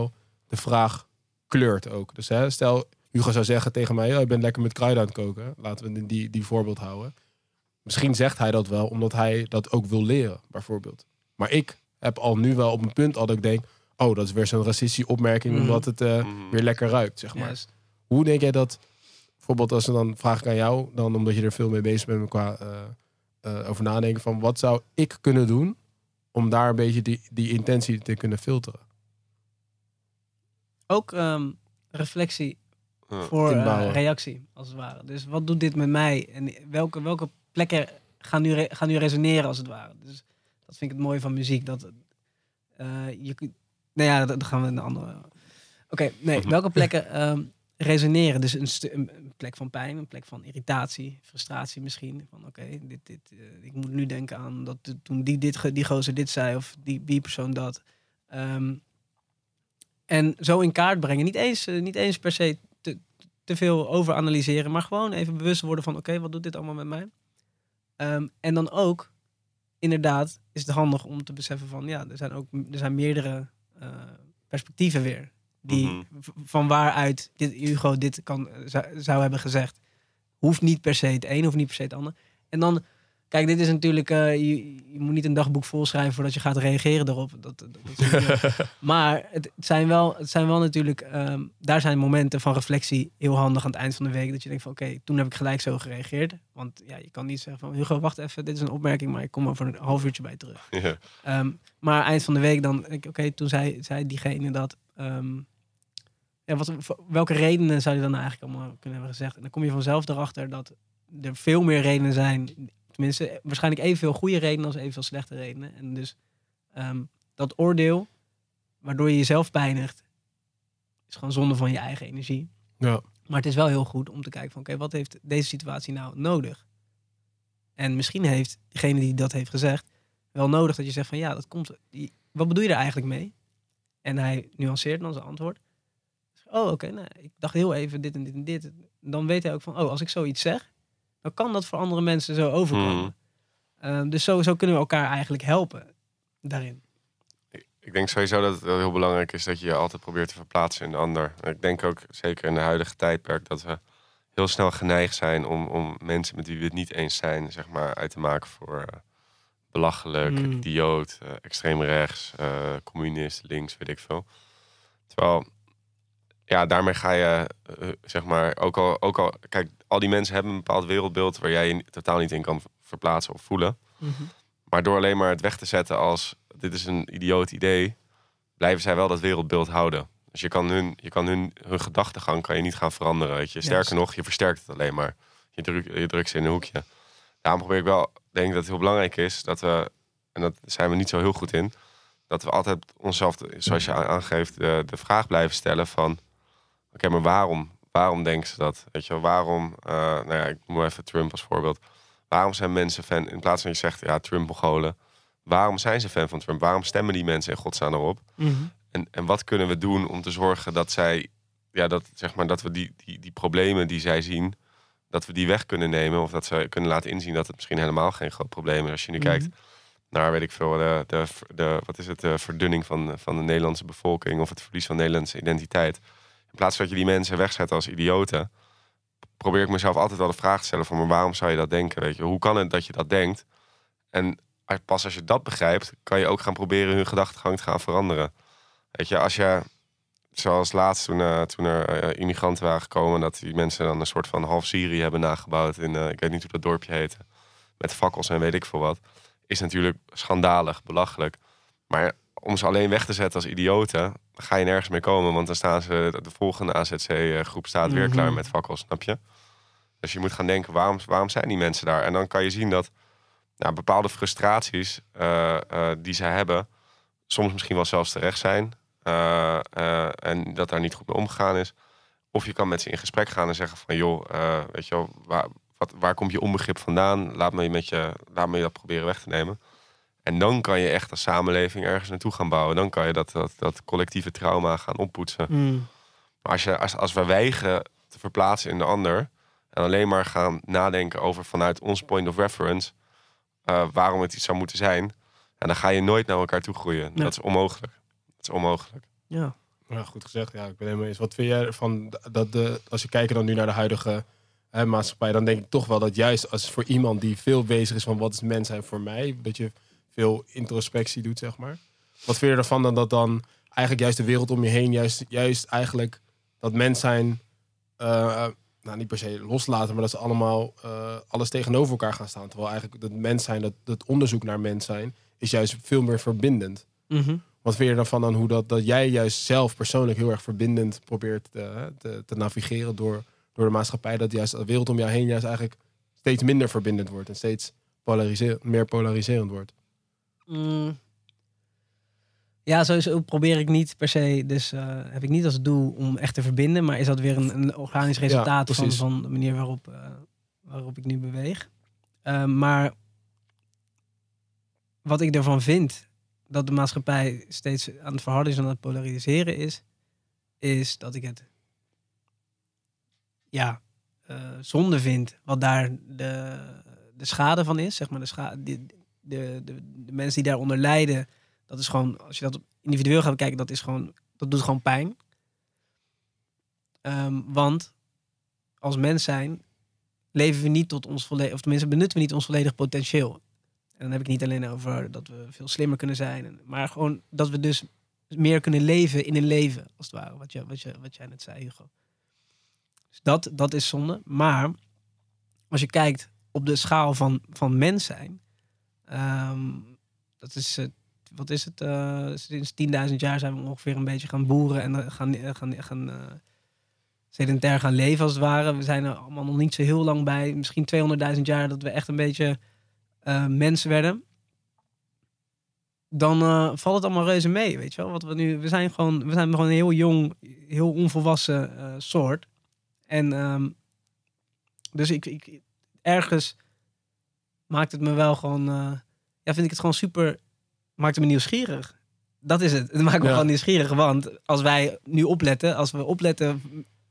Speaker 1: de vraag kleurt ook. Dus hè, stel, Hugo zou zeggen tegen mij... Oh, ik ben lekker met kruiden aan het koken. Laten we die, die voorbeeld houden. Misschien zegt hij dat wel omdat hij dat ook wil leren, bijvoorbeeld. Maar ik heb al nu wel op een punt al dat ik denk... Oh, dat is weer zo'n racistische opmerking... Mm. omdat het uh, mm. weer lekker ruikt, zeg maar. Yes. Hoe denk jij dat... Bijvoorbeeld als ze dan vraag ik aan jou... dan omdat je er veel mee bezig bent qua uh, uh, over nadenken... van wat zou ik kunnen doen... om daar een beetje die, die intentie te kunnen filteren?
Speaker 3: Ook um, reflectie voor uh, reactie, als het ware. Dus wat doet dit met mij? En welke, welke plekken gaan nu, re- gaan nu resoneren, als het ware? Dus dat vind ik het mooie van muziek. Dat, uh, je, nou ja, dan gaan we een andere... Oké, okay, nee, welke plekken um, resoneren? Dus een, stu- een plek van pijn, een plek van irritatie, frustratie misschien. Van oké, okay, dit, dit, uh, ik moet nu denken aan dat de, toen die, dit, die gozer dit zei of die, die persoon dat... Um, En zo in kaart brengen. Niet eens, uh, niet eens per se te, te veel over analyseren. Maar gewoon even bewust worden van... Oké, okay, wat doet dit allemaal met mij? Um, en dan ook... Inderdaad is het handig om te beseffen van... Ja, er zijn ook er zijn meerdere uh, perspectieven weer. Die mm-hmm. v- van waaruit dit, Hugo dit kan, zou, zou hebben gezegd. Hoeft niet per se het een, hoeft niet per se het ander. En dan... Kijk, dit is natuurlijk... Uh, je, je moet niet een dagboek volschrijven voordat je gaat reageren erop. Dat, dat, dat maar het zijn wel, het zijn wel natuurlijk... Um, daar zijn momenten van reflectie heel handig aan het eind van de week. Dat je denkt van oké, okay, toen heb ik gelijk zo gereageerd. Want ja, je kan niet zeggen van... Hugo, wacht even, dit is een opmerking, maar ik kom over een half uurtje bij terug. Yeah. Um, maar eind van de week dan... Oké, okay, toen zei, zei diegene dat... Um, ja, wat, welke redenen zou je dan eigenlijk allemaal kunnen hebben gezegd? En dan kom je vanzelf erachter dat er veel meer redenen zijn... Tenminste, waarschijnlijk evenveel goede redenen als evenveel slechte redenen. En dus um, dat oordeel, waardoor je jezelf pijnigt, is gewoon zonde van je eigen energie.
Speaker 1: Ja.
Speaker 3: Maar het is wel heel goed om te kijken van, oké, okay, wat heeft deze situatie nou nodig? En misschien heeft degene die dat heeft gezegd wel nodig dat je zegt van, ja, dat komt. Die, wat bedoel je er eigenlijk mee? En hij nuanceert dan zijn antwoord. Oh, oké, okay, nou, ik dacht heel even dit en dit en dit. Dan weet hij ook van, oh, als ik zoiets zeg, dan kan dat voor andere mensen zo overkomen. Mm. Uh, dus zo, zo kunnen we elkaar eigenlijk helpen daarin.
Speaker 2: Ik, ik denk sowieso dat het heel belangrijk is dat je je altijd probeert te verplaatsen in de ander. Ik denk ook, zeker in de huidige tijdperk, dat we heel snel geneigd zijn om, om mensen met wie we het niet eens zijn, zeg maar, uit te maken voor uh, belachelijk, mm. idioot, uh, extreem rechts, uh, communist, links, weet ik veel. Terwijl, ja, daarmee ga je, uh, zeg maar, ook al, ook al, kijk, al die mensen hebben een bepaald wereldbeeld waar jij je totaal niet in kan verplaatsen of voelen. Mm-hmm. Maar door alleen maar het weg te zetten als dit is een idioot idee, blijven zij wel dat wereldbeeld houden. Dus je kan hun, je kan hun, hun gedachtegang kan je niet gaan veranderen. Weet je. Sterker yes. nog, je versterkt het alleen maar. Je, druk, je drukt ze in een hoekje. Daarom probeer ik wel, denk ik dat het heel belangrijk is dat we, en dat zijn we niet zo heel goed in, dat we altijd onszelf, zoals je aangeeft, de, de vraag blijven stellen van, oké, okay, maar waarom? Waarom denken ze dat? Weet je, waarom, uh, nou ja, ik noem even Trump als voorbeeld. Waarom zijn mensen fan, in plaats van je zegt, ja, Trump-Mongolen, waarom zijn ze fan van Trump? Waarom stemmen die mensen in godsnaam erop? Mm-hmm. En, en wat kunnen we doen om te zorgen dat zij, ja, dat, zeg maar, dat we die, die, die problemen die zij zien, dat we die weg kunnen nemen. Of dat ze kunnen laten inzien dat het misschien helemaal geen groot probleem is. Als je nu mm-hmm. kijkt naar, weet ik veel, de, de, de, wat is het, de verdunning van, van de Nederlandse bevolking of het verlies van Nederlandse identiteit. In plaats van dat je die mensen wegzet als idioten, probeer ik mezelf altijd wel de vraag te stellen van, maar waarom zou je dat denken? Weet je? Hoe kan het dat je dat denkt? En pas als je dat begrijpt, kan je ook gaan proberen hun gedachtegang te gaan veranderen. Weet je, als je, zoals laatst toen, uh, toen er uh, immigranten waren gekomen, dat die mensen dan een soort van half Syrië hebben nagebouwd in, uh, ik weet niet hoe dat dorpje heette, met fakkels en weet ik veel wat, is natuurlijk schandalig, belachelijk. Maar om ze alleen weg te zetten als idioten, dan ga je nergens mee komen, want dan staan ze, de volgende A Z C-groep staat weer mm-hmm. klaar met fakkels, snap je? Dus je moet gaan denken, waarom, waarom zijn die mensen daar? En dan kan je zien dat nou, bepaalde frustraties uh, uh, die ze hebben, soms misschien wel zelfs terecht zijn. Uh, uh, en dat daar niet goed mee omgegaan is. Of je kan met ze in gesprek gaan en zeggen van, joh, uh, weet je wel, waar, wat, waar komt je onbegrip vandaan? Laat me, met je, laat me dat proberen weg te nemen. En dan kan je echt als samenleving ergens naartoe gaan bouwen. Dan kan je dat, dat, dat collectieve trauma gaan oppoetsen. Mm. Maar als, je, als, als we weigeren te verplaatsen in de ander en alleen maar gaan nadenken over vanuit ons point of reference, uh, waarom het iets zou moeten zijn, en dan ga je nooit naar elkaar toe groeien. Ja. Dat is onmogelijk. Dat is onmogelijk.
Speaker 3: Ja.
Speaker 1: Ja, goed gezegd. Ja, ik ben helemaal eens. Wat vind jij ervan dat de, als je kijkt dan nu naar de huidige hè, maatschappij, dan denk ik toch wel dat juist als voor iemand die veel bezig is van wat is mens zijn voor mij, dat je veel introspectie doet, zeg maar. Wat vind je ervan dan dat dan eigenlijk juist de wereld om je heen, juist, juist eigenlijk dat mens zijn, uh, nou niet per se loslaten, maar dat ze allemaal uh, alles tegenover elkaar gaan staan. Terwijl eigenlijk dat mens zijn, dat, dat onderzoek naar mens zijn, is juist veel meer verbindend.
Speaker 3: Mm-hmm.
Speaker 1: Wat vind je ervan dan hoe dat, dat jij juist zelf persoonlijk heel erg verbindend probeert te, te, te navigeren door, door de maatschappij, dat juist de wereld om jou heen juist eigenlijk steeds minder verbindend wordt en steeds polariser- meer polariserend wordt?
Speaker 3: Mm. Ja, sowieso probeer ik niet per se, dus uh, heb ik niet als doel om echt te verbinden, maar is dat weer een, een organisch resultaat ja, van, van de manier waarop, uh, waarop ik nu beweeg. Uh, maar wat ik ervan vind, dat de maatschappij steeds aan het verharden is en aan het polariseren is, is dat ik het ja, uh, zonde vind wat daar de, de schade van is. Zeg maar de, schade, de, de, de, de mensen die daaronder lijden, dat is gewoon, als je dat individueel gaat bekijken, dat is gewoon, dat doet gewoon pijn. Um, want als mens zijn, leven we niet tot ons volledig, of tenminste benutten we niet ons volledig potentieel. En dan heb ik niet alleen over dat we veel slimmer kunnen zijn, maar gewoon dat we dus meer kunnen leven in een leven, als het ware, wat, je, wat, je, wat jij net zei, Hugo. Dus dat, dat is zonde. Maar als je kijkt op de schaal van, van mens zijn, um, dat is, uh, wat is het, uh, sinds tienduizend jaar zijn we ongeveer een beetje gaan boeren en gaan, gaan, gaan uh, sedentair gaan leven, als het ware. We zijn er allemaal nog niet zo heel lang bij, misschien tweehonderdduizend jaar, dat we echt een beetje Uh, mensen werden, dan uh, valt het allemaal reuze mee, weet je wel. Wat we nu, we zijn gewoon, we zijn gewoon een heel jong, heel onvolwassen uh, soort. En um, dus ik, ik, ergens maakt het me wel gewoon, uh, ja, vind ik het gewoon super, maakt het me nieuwsgierig. Dat is het. Het maakt me ja. gewoon nieuwsgierig, want als wij nu opletten, als we opletten,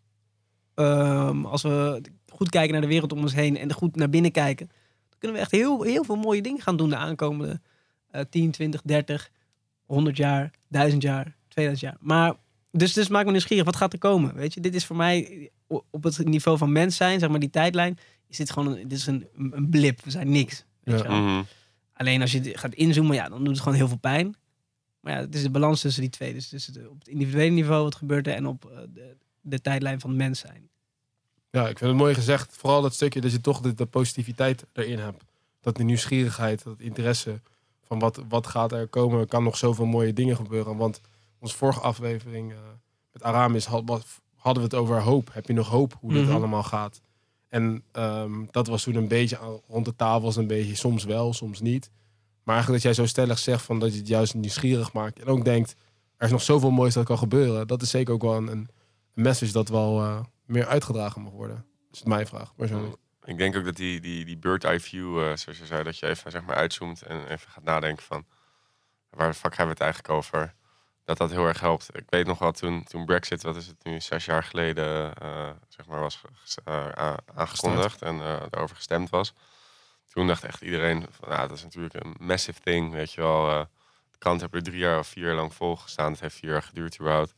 Speaker 3: um, als we goed kijken naar de wereld om ons heen en er goed naar binnen kijken, kunnen we echt heel, heel veel mooie dingen gaan doen de aankomende uh, tien, twintig, dertig, honderd jaar, duizend jaar, tweeduizend jaar. Maar, dus, dus maakt me nieuwsgierig, wat gaat er komen? Weet je, dit is voor mij op het niveau van mens zijn, zeg maar die tijdlijn, is dit gewoon een, dit is een, een blip. We zijn niks. Weet ja. je wel? Mm-hmm. Alleen als je gaat inzoomen, ja, dan doet het gewoon heel veel pijn. Maar ja, het is de balans tussen die twee. Dus, dus op het individuele niveau wat gebeurt er en op uh, de, de tijdlijn van mens zijn.
Speaker 1: Ja, ik vind het mooi gezegd. Vooral dat stukje dat je toch de, de positiviteit erin hebt. Dat de nieuwsgierigheid, dat interesse van wat, wat gaat er komen. Er kan nog zoveel mooie dingen gebeuren. Want onze vorige aflevering uh, met Aramis had, hadden we het over hoop. Heb je nog hoop hoe dit mm-hmm. allemaal gaat? En um, dat was toen een beetje aan, rond de tafel. Was een beetje soms wel, soms niet. Maar eigenlijk dat jij zo stellig zegt van dat je het juist nieuwsgierig maakt. En ook denkt, er is nog zoveel moois dat kan gebeuren. Dat is zeker ook wel een, een message dat wel uh, meer uitgedragen mag worden. Dat is mijn vraag, persoonlijk.
Speaker 2: Ik denk ook dat die, die, die bird eye view, uh, zoals je zei, dat je even zeg maar uitzoomt en even gaat nadenken van waar de fuck hebben we het eigenlijk over? Dat dat heel erg helpt. Ik weet nog wel, toen, toen Brexit, wat is het nu, zes jaar geleden, uh, zeg maar, was uh, aangekondigd en uh, daarover gestemd was. Toen dacht echt iedereen van, nou, dat is natuurlijk een massive thing, weet je wel. Uh, de krant hebben er drie jaar of vier jaar lang volgestaan. Het heeft vier jaar geduurd überhaupt.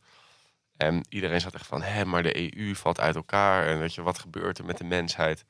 Speaker 2: En iedereen zat echt van, hé, maar de E U valt uit elkaar. En weet je, wat gebeurt er met de mensheid?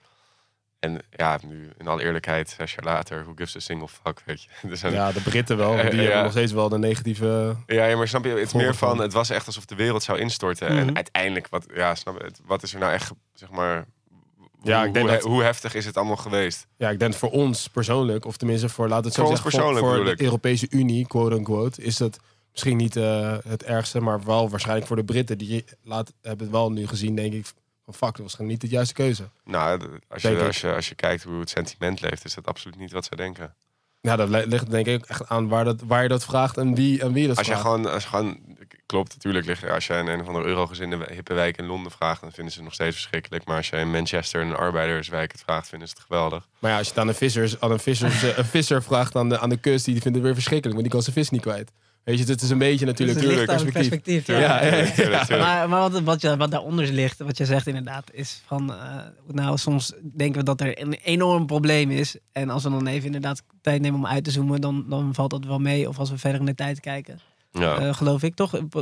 Speaker 2: En ja, nu in alle eerlijkheid, zes jaar later, who gives a single fuck, weet je. Dus een,
Speaker 1: ja, de Britten wel, die uh, hebben ja. nog steeds wel de negatieve...
Speaker 2: Ja, ja, maar snap je, het is meer van, het was echt alsof de wereld zou instorten. Mm-hmm. En uiteindelijk, wat, ja, snap je, wat is er nou echt, zeg maar... Ja, hoe, ik denk hoe, dat, hoe heftig is het allemaal geweest?
Speaker 1: Ja, ik denk voor ons persoonlijk, of tenminste voor, laat het zo voor zeggen, voor, voor de Europese Unie, quote-unquote, is dat misschien niet uh, het ergste, maar wel waarschijnlijk voor de Britten. Die laat, hebben het wel nu gezien, denk ik, van fuck, dat was gewoon niet de juiste keuze.
Speaker 2: Nou, als je, als, je, als je kijkt hoe het sentiment leeft, is dat absoluut niet wat ze denken.
Speaker 1: Ja, dat ligt denk ik echt aan waar, dat, waar je dat vraagt en wie, en wie dat
Speaker 2: als
Speaker 1: vraagt.
Speaker 2: Je gewoon, als je gewoon, klopt, natuurlijk ligt als je een, een of andere eurogezinde hippe wijk in Londen vraagt, dan vinden ze het nog steeds verschrikkelijk. Maar als je in Manchester een arbeiderswijk het vraagt, vinden ze het geweldig.
Speaker 1: Maar ja, als je het aan een, vissers, aan een, vissers, een visser vraagt aan de, aan de kust, die vindt het weer verschrikkelijk, want die kan zijn vis niet kwijt. Weet je, het is een beetje natuurlijk
Speaker 3: dus het perspectief. perspectief ja.
Speaker 1: Ja, ja, ja, ja, ja.
Speaker 3: Maar, maar wat, wat, je, wat daaronder ligt, wat je zegt inderdaad, is van... Uh, nou, soms denken we dat er een enorm probleem is. En als we dan even inderdaad tijd nemen om uit te zoomen, dan, dan valt dat wel mee. Of als we verder in de tijd kijken. Ja. Uh, geloof ik toch,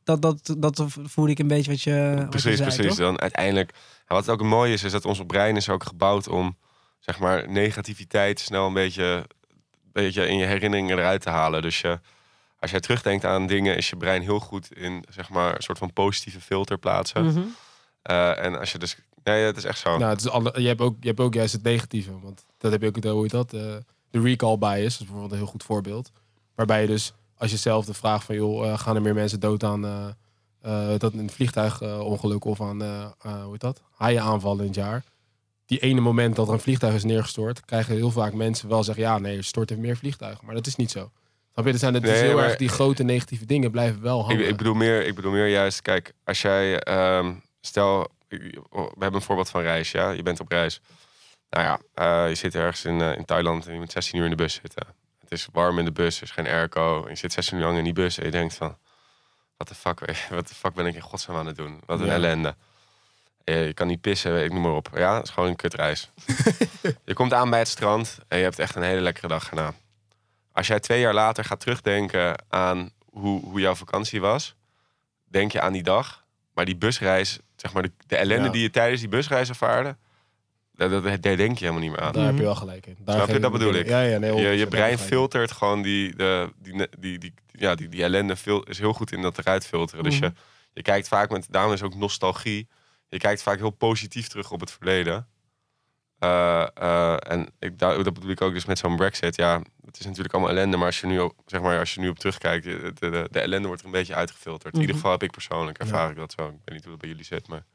Speaker 3: dat, dat, dat voelde ik een beetje wat je, wat
Speaker 2: Precies,
Speaker 3: je zei,
Speaker 2: precies.
Speaker 3: toch?
Speaker 2: Dan uiteindelijk... En wat ook mooi is, is dat ons brein is ook gebouwd om... zeg maar, negativiteit snel een beetje, een beetje in je herinneringen eruit te halen. Dus je, als jij terugdenkt aan dingen... is je brein heel goed in, zeg maar... een soort van positieve filter plaatsen.
Speaker 3: Mm-hmm.
Speaker 2: Uh, en als je dus... Nee, het is echt zo.
Speaker 1: Nou, het is alle, je, hebt ook, je hebt ook juist het negatieve. Want dat heb je ook, hoe heet dat? Uh, de recall bias, dat is bijvoorbeeld een heel goed voorbeeld. Waarbij je dus, als je zelf de vraag van... joh, uh, gaan er meer mensen dood aan... Uh, uh, dat een vliegtuigongeluk of aan, uh, uh, hoe heet dat? Haaienaanvallen in het jaar. Die ene moment dat er een vliegtuig is neergestort... krijgen heel vaak mensen wel zeggen... ja, nee, er storten meer vliegtuigen. Maar dat is niet zo. Snap je? Er zijn het nee, dus heel erg... die grote negatieve dingen blijven wel hangen.
Speaker 2: Ik, ik, bedoel, meer, ik bedoel meer juist... Kijk, als jij... Um, stel... We hebben een voorbeeld van reis, ja. Je bent op reis. Nou ja, uh, je zit ergens in, uh, in Thailand en je moet zestien uur in de bus zitten. Het is warm in de bus, er is geen airco. En je zit zestien uur lang in die bus en je denkt van... Wat de fuck, wat de fuck ben ik in godsnaam aan het doen? Wat een ja. ellende. Je, je kan niet pissen, ik noem maar op. Ja, het is gewoon een kutreis. Je komt aan bij het strand en je hebt echt een hele lekkere dag gedaan. Als jij twee jaar later gaat terugdenken aan hoe, hoe jouw vakantie was... denk je aan die dag, maar die busreis... zeg maar de, de ellende ja. die je tijdens die busreis ervaarde... Daar, daar, daar denk je helemaal niet meer aan.
Speaker 1: Daar mm-hmm. heb je wel gelijk in. Daar
Speaker 2: Snap je? Dat bedoel ik.
Speaker 1: Ja, ja, nee,
Speaker 2: je, je brein filtert gewoon die, de, die, die, die, ja, die, die ellende... Fil- is heel goed in dat eruit filteren. Mm-hmm. Dus je, je kijkt vaak met... Daarom is ook nostalgie. Je kijkt vaak heel positief terug op het verleden. Uh, uh, en ik, dat, dat bedoel ik ook dus met zo'n Brexit. Ja, het is natuurlijk allemaal ellende. Maar als je nu op, zeg maar, als je nu op terugkijkt... De, de, de ellende wordt er een beetje uitgefilterd. Mm-hmm. In ieder geval heb ik persoonlijk ervaar ja. ik dat zo. Ik weet niet hoe dat bij jullie zit, maar...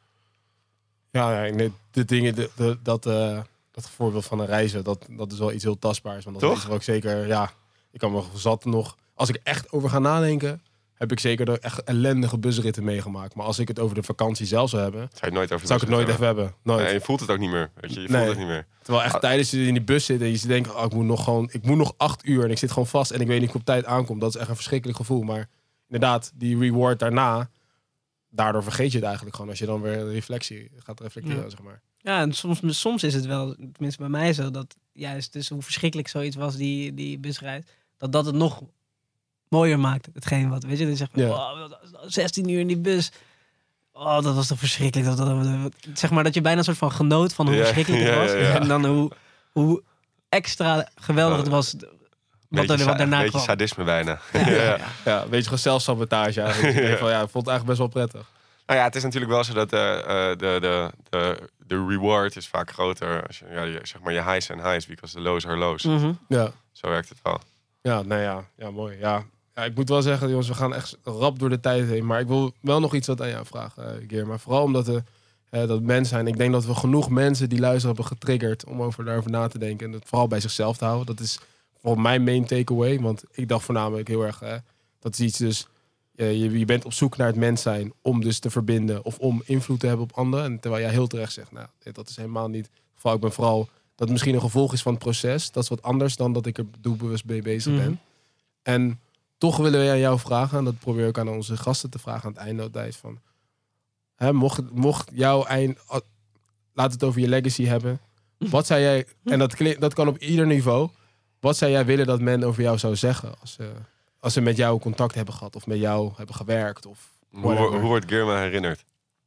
Speaker 1: Ja, ja nee, de dingen... De, de, dat, uh, dat voorbeeld van een reizen... Dat, dat is wel iets heel tastbaars. Want dat
Speaker 2: Toch?
Speaker 1: is wel ook zeker... Ja, ik kan me zat nog... Als ik echt over ga nadenken... heb ik zeker de echt ellendige busritten meegemaakt. Maar als ik het over de vakantie zelf zou hebben...
Speaker 2: Zou, je het nooit over
Speaker 1: zou ik het nooit even hebben. Nooit.
Speaker 2: Nee, je voelt het ook niet meer. Weet je, je voelt
Speaker 1: nee.
Speaker 2: het niet meer.
Speaker 1: Terwijl echt ah. tijdens je in die bus zit en je denkt... Oh, ik moet nog gewoon, ik moet nog acht uur en ik zit gewoon vast... en ik weet niet of ik op tijd aankom. Dat is echt een verschrikkelijk gevoel. Maar inderdaad, die reward daarna... daardoor vergeet je het eigenlijk gewoon... als je dan weer een reflectie gaat reflecteren,
Speaker 3: ja.
Speaker 1: zeg maar.
Speaker 3: Ja, en soms, soms is het wel, tenminste bij mij zo... dat juist dus hoe verschrikkelijk zoiets was, die, die busreis... dat dat het nog... mooier maakt, hetgeen wat, weet je, dan zeg je, ja. oh, zestien uur in die bus, oh, dat was toch verschrikkelijk, dat, dat, dat, zeg maar dat je bijna een soort van genoot van hoe ja, verschrikkelijk het was, ja, ja, ja. en dan hoe, hoe extra geweldig het was, wat er wat daarna kwam. Een
Speaker 2: beetje sadisme bijna.
Speaker 1: Ja, ja, ja. ja een beetje gewoon zelfsabotage eigenlijk. ja. Van, ja, ik vond het eigenlijk best wel prettig.
Speaker 2: Nou ja, het is natuurlijk wel zo dat uh, de, de, de, de reward is vaak groter, als je, ja, je, zeg maar je highs en highs, because the lows are lows.
Speaker 3: Mm-hmm.
Speaker 1: Ja.
Speaker 2: Zo werkt het wel.
Speaker 1: Ja, nou ja, ja, mooi, ja. Ja, ik moet wel zeggen, jongens, we gaan echt rap door de tijd heen. Maar ik wil wel nog iets wat aan jou vragen, uh, Geer. Maar vooral omdat we uh, dat mensen zijn. Ik denk dat we genoeg mensen die luisteren hebben getriggerd om over daarover na te denken. En dat vooral bij zichzelf te houden. Dat is voor mijn main takeaway. Want ik dacht voornamelijk heel erg, uh, dat is iets dus... Uh, je, je bent op zoek naar het mens zijn om dus te verbinden of om invloed te hebben op anderen. En terwijl jij heel terecht zegt, nou, dat is helemaal niet het geval. Ik ben vooral dat het misschien een gevolg is van het proces. Dat is wat anders dan dat ik er doelbewust mee bezig ben. Mm-hmm. En toch willen we aan jou vragen, en dat probeer ik aan onze gasten te vragen aan het einde altijd van, hè, mocht, mocht jouw eind, laat het over je legacy hebben. Wat zou jij, en dat, dat kan op ieder niveau, wat zou jij willen dat men over jou zou zeggen als, uh, als ze met jou contact hebben gehad of met jou hebben gewerkt? Of
Speaker 2: hoe, hoe wordt Geerma herinnerd?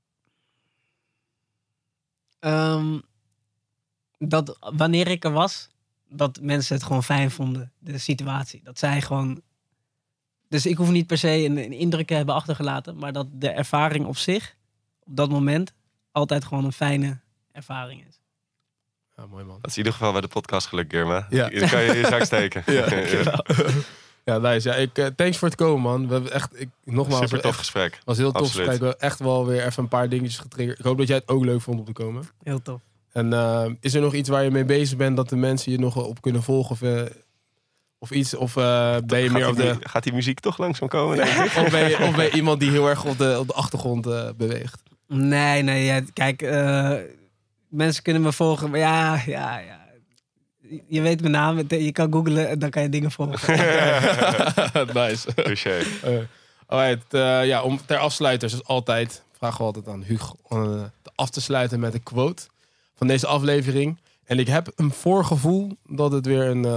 Speaker 3: Um, dat wanneer ik er was, dat mensen het gewoon fijn vonden, de situatie. Dat zij gewoon... Dus ik hoef niet per se een, een indruk te hebben achtergelaten, maar dat de ervaring op zich, op dat moment, altijd gewoon een fijne ervaring is.
Speaker 1: Ja, mooi man.
Speaker 2: Dat is in ieder geval bij de podcast geluk, Geerma.
Speaker 1: Ja.
Speaker 2: Dan kan je hier straks steken.
Speaker 1: Ja, ja. Ja, nice. Ja, ik, uh, thanks voor het komen, man. We hebben echt, ik, nogmaals...
Speaker 2: Super tof
Speaker 1: echt,
Speaker 2: gesprek.
Speaker 1: was heel tof
Speaker 2: Absoluut.
Speaker 1: gesprek. We hebben echt wel weer even een paar dingetjes getriggerd. Ik hoop dat jij het ook leuk vond om te komen.
Speaker 3: Heel tof.
Speaker 1: En uh, is er nog iets waar je mee bezig bent dat de mensen je nog op kunnen volgen? Of, uh, of iets? Of uh, ben je
Speaker 2: gaat
Speaker 1: meer op
Speaker 2: die,
Speaker 1: de...
Speaker 2: Gaat die muziek toch langzaam komen, denk ik?
Speaker 1: of, ben je, of ben je iemand die heel erg op de, op de achtergrond uh, beweegt?
Speaker 3: Nee, nee. Ja, kijk, uh, mensen kunnen me volgen. Maar ja, ja, ja. Je weet mijn naam. Je kan googlen en dan kan je dingen volgen.
Speaker 1: Nice.
Speaker 2: Touché.
Speaker 1: Uh, alright, uh, ja, om ter afsluiter, zoals altijd, vragen we altijd aan Hugo om uh, af te sluiten met een quote van deze aflevering. En ik heb een voorgevoel dat het weer een, uh,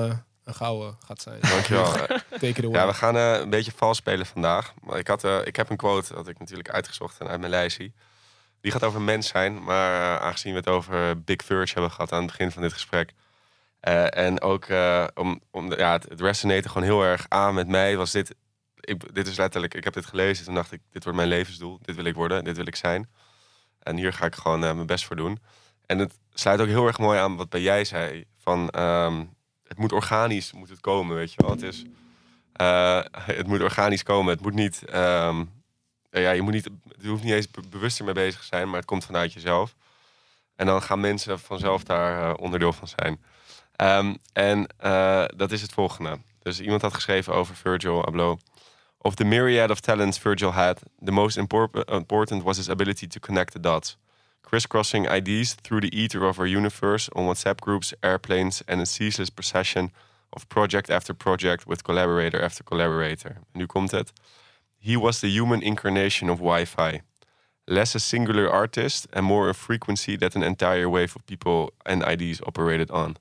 Speaker 1: een gouden gaat zijn.
Speaker 2: Dankjewel.
Speaker 1: Take it away.
Speaker 2: Ja, we gaan uh, een beetje vals spelen vandaag. Maar ik, had, uh, ik heb een quote dat ik natuurlijk uitgezocht en uit mijn lijstje. Die gaat over mens zijn. Maar uh, aangezien we het over Big Verge hebben gehad aan het begin van dit gesprek. Uh, en ook uh, om, om de, ja, het, het resonate gewoon heel erg aan met mij. Was dit, ik, dit is letterlijk, ik heb dit gelezen. Toen dacht ik, dit wordt mijn levensdoel. Dit wil ik worden, dit wil ik zijn. En hier ga ik gewoon uh, mijn best voor doen. En het sluit ook heel erg mooi aan wat bij jij zei. Van, um, het moet organisch moet het komen, weet je wel. Het, is, uh, het moet organisch komen. Het moet niet... Um, ja, je, moet niet je hoeft niet eens bewust ermee bezig te zijn, maar het komt vanuit jezelf. En dan gaan mensen vanzelf daar uh, onderdeel van zijn. Um, en uh, dat is het volgende. Dus iemand had geschreven over Virgil Abloh. Of the myriad of talents Virgil had, the most impor- important was his ability to connect the dots. Crisscrossing ideas through the ether of our universe on WhatsApp groups, airplanes, and a ceaseless procession of project after project with collaborator after collaborator. Nu komt het. He was the human incarnation of Wi-Fi. Less a singular artist and more a frequency that an entire wave of people and ideas operated on.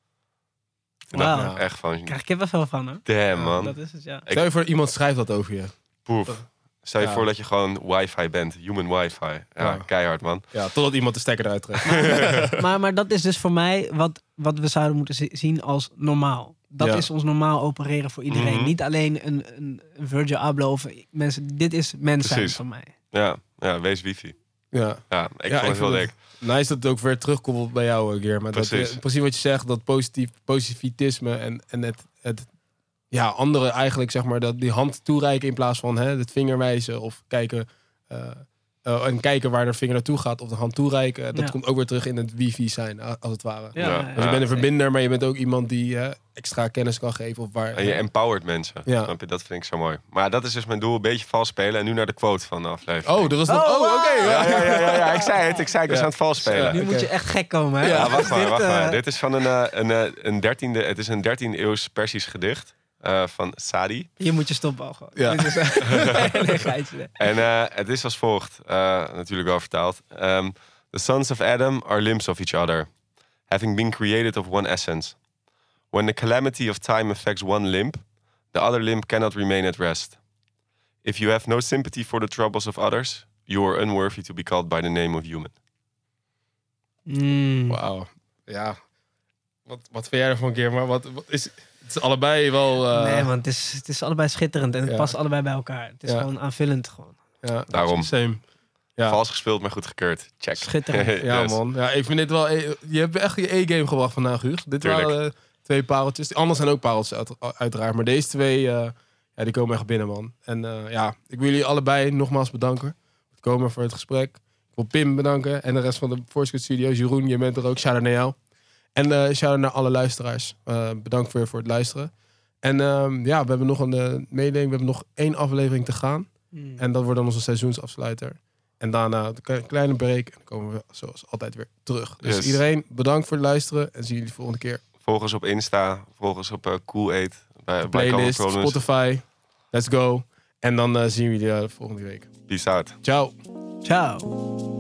Speaker 2: Wow.
Speaker 3: Wow.
Speaker 2: Echt van...
Speaker 3: Ik krijg kippenvel van, hè?
Speaker 2: Damn, man.
Speaker 3: Dat is het, ja.
Speaker 1: Stel je voor, iemand schrijft dat over je.
Speaker 2: Poef. Stel je
Speaker 1: Ja.
Speaker 2: voor dat je gewoon wifi bent. Human wifi. Ja,
Speaker 1: Ja.
Speaker 2: keihard, man.
Speaker 1: Ja, totdat iemand de stekker eruit trekt.
Speaker 3: Maar, maar dat is dus voor mij wat, wat we zouden moeten zi- zien als normaal. Dat
Speaker 1: Ja.
Speaker 3: is ons normaal opereren voor iedereen.
Speaker 2: Mhm.
Speaker 3: Niet alleen een, een, een Virgil Abloh of mensen. Dit is mens zijn
Speaker 2: Precies.
Speaker 3: voor mij.
Speaker 2: Ja, ja, wees wifi.
Speaker 1: Ja.
Speaker 2: Ja, ik
Speaker 1: Ja,
Speaker 2: vond het heel
Speaker 1: vind
Speaker 2: dik.
Speaker 1: Nice dat het ook weer terugkomt bij jou, Geer. Maar dat,
Speaker 2: Precies.
Speaker 1: eh, precies wat je zegt, dat positief, positivitisme en, en het, het ja, anderen eigenlijk, zeg maar, dat die hand toereiken in plaats van hè, het vingerwijzen of kijken, uh, uh, en kijken waar de vinger naartoe gaat of de hand toereiken. Dat
Speaker 3: Ja.
Speaker 1: komt ook weer terug in het wifi zijn, als het ware.
Speaker 2: Ja.
Speaker 3: ja,
Speaker 1: Dus je bent een verbinder, maar je bent ook iemand die uh, extra kennis kan geven. Of waar,
Speaker 2: En je empowert mensen.
Speaker 1: Ja.
Speaker 2: Snap je? Dat vind ik zo mooi. Maar dat is dus mijn doel. Een beetje vals spelen. En nu naar de quote van de aflevering.
Speaker 1: Oh, dat was nog...
Speaker 3: Oh,
Speaker 1: Oh, oké.
Speaker 3: wow.
Speaker 2: Ja, ja, ja, ja, ja, ik zei het. Ik zei ik was
Speaker 1: Ja.
Speaker 2: aan het vals spelen.
Speaker 3: Nu
Speaker 1: Oké.
Speaker 3: moet je echt gek komen, hè?
Speaker 1: Ja,
Speaker 2: Ja, wacht maar,
Speaker 3: Dit,
Speaker 2: wacht
Speaker 3: eh,
Speaker 2: maar. Dit is van een, eh, een, eh, een dertiende... Het is een dertiende eeuws Persisch gedicht. Uh, van Sadi.
Speaker 3: Hier moet je stoppen al gewoon.
Speaker 1: Ja.
Speaker 3: Dit is echt een geitje.
Speaker 2: En uh, het is als volgt. Uh, natuurlijk wel vertaald. Um, the sons of Adam are limbs of each other, having been created of one essence. When the calamity of time affects one limb, the other limb cannot remain at rest. If you have no sympathy for the troubles of others, you are unworthy to be called by the name of human.
Speaker 3: Mm.
Speaker 1: Wauw. Ja. Wat, wat vind jij ervan, Geer? Maar wat, wat is... Het is allebei wel... Uh,
Speaker 3: Nee, want het is, het is allebei schitterend en het
Speaker 1: Ja.
Speaker 3: past allebei bij elkaar. Het is
Speaker 1: Ja.
Speaker 3: gewoon aanvullend gewoon.
Speaker 1: Ja,
Speaker 2: Daarom.
Speaker 1: Same. Ja.
Speaker 2: Vals gespeeld, maar goed gekeurd. Check.
Speaker 3: Schitterend.
Speaker 1: Ja,
Speaker 2: Yes.
Speaker 1: man. Ja, ik vind dit wel... Je hebt echt je E-game gebracht vandaag, Huug. Dit
Speaker 2: Tuurlijk.
Speaker 1: waren uh, twee pareltjes. Die anderen zijn ook pareltjes, uit, uiteraard. Maar deze twee, uh, ja, die komen echt binnen, man. En uh, ja, ik wil jullie allebei nogmaals bedanken. Voor het komen, voor het gesprek. Ik wil Pim bedanken. En de rest van de Voice Studios. Jeroen, je bent er ook. Shout-out naar jou. En uh, shout-out naar alle luisteraars. Uh, bedankt voor, voor het luisteren. En uh, ja, we hebben nog een uh, mededeling. We hebben nog één aflevering te gaan.
Speaker 3: Mm.
Speaker 1: En dat wordt dan onze seizoensafsluiter. En daarna een kleine break. En dan komen we zoals altijd weer terug. Dus
Speaker 2: Yes.
Speaker 1: iedereen, bedankt voor het luisteren. En zien jullie de volgende keer.
Speaker 2: Volg ons op Insta. Volg ons op uh, Cool Eat. Bij, bij
Speaker 1: Playlist,
Speaker 2: Common Problems.
Speaker 1: Spotify. Let's go. En dan uh, zien we jullie uh, de volgende week.
Speaker 2: Peace out.
Speaker 1: Ciao.
Speaker 3: Ciao.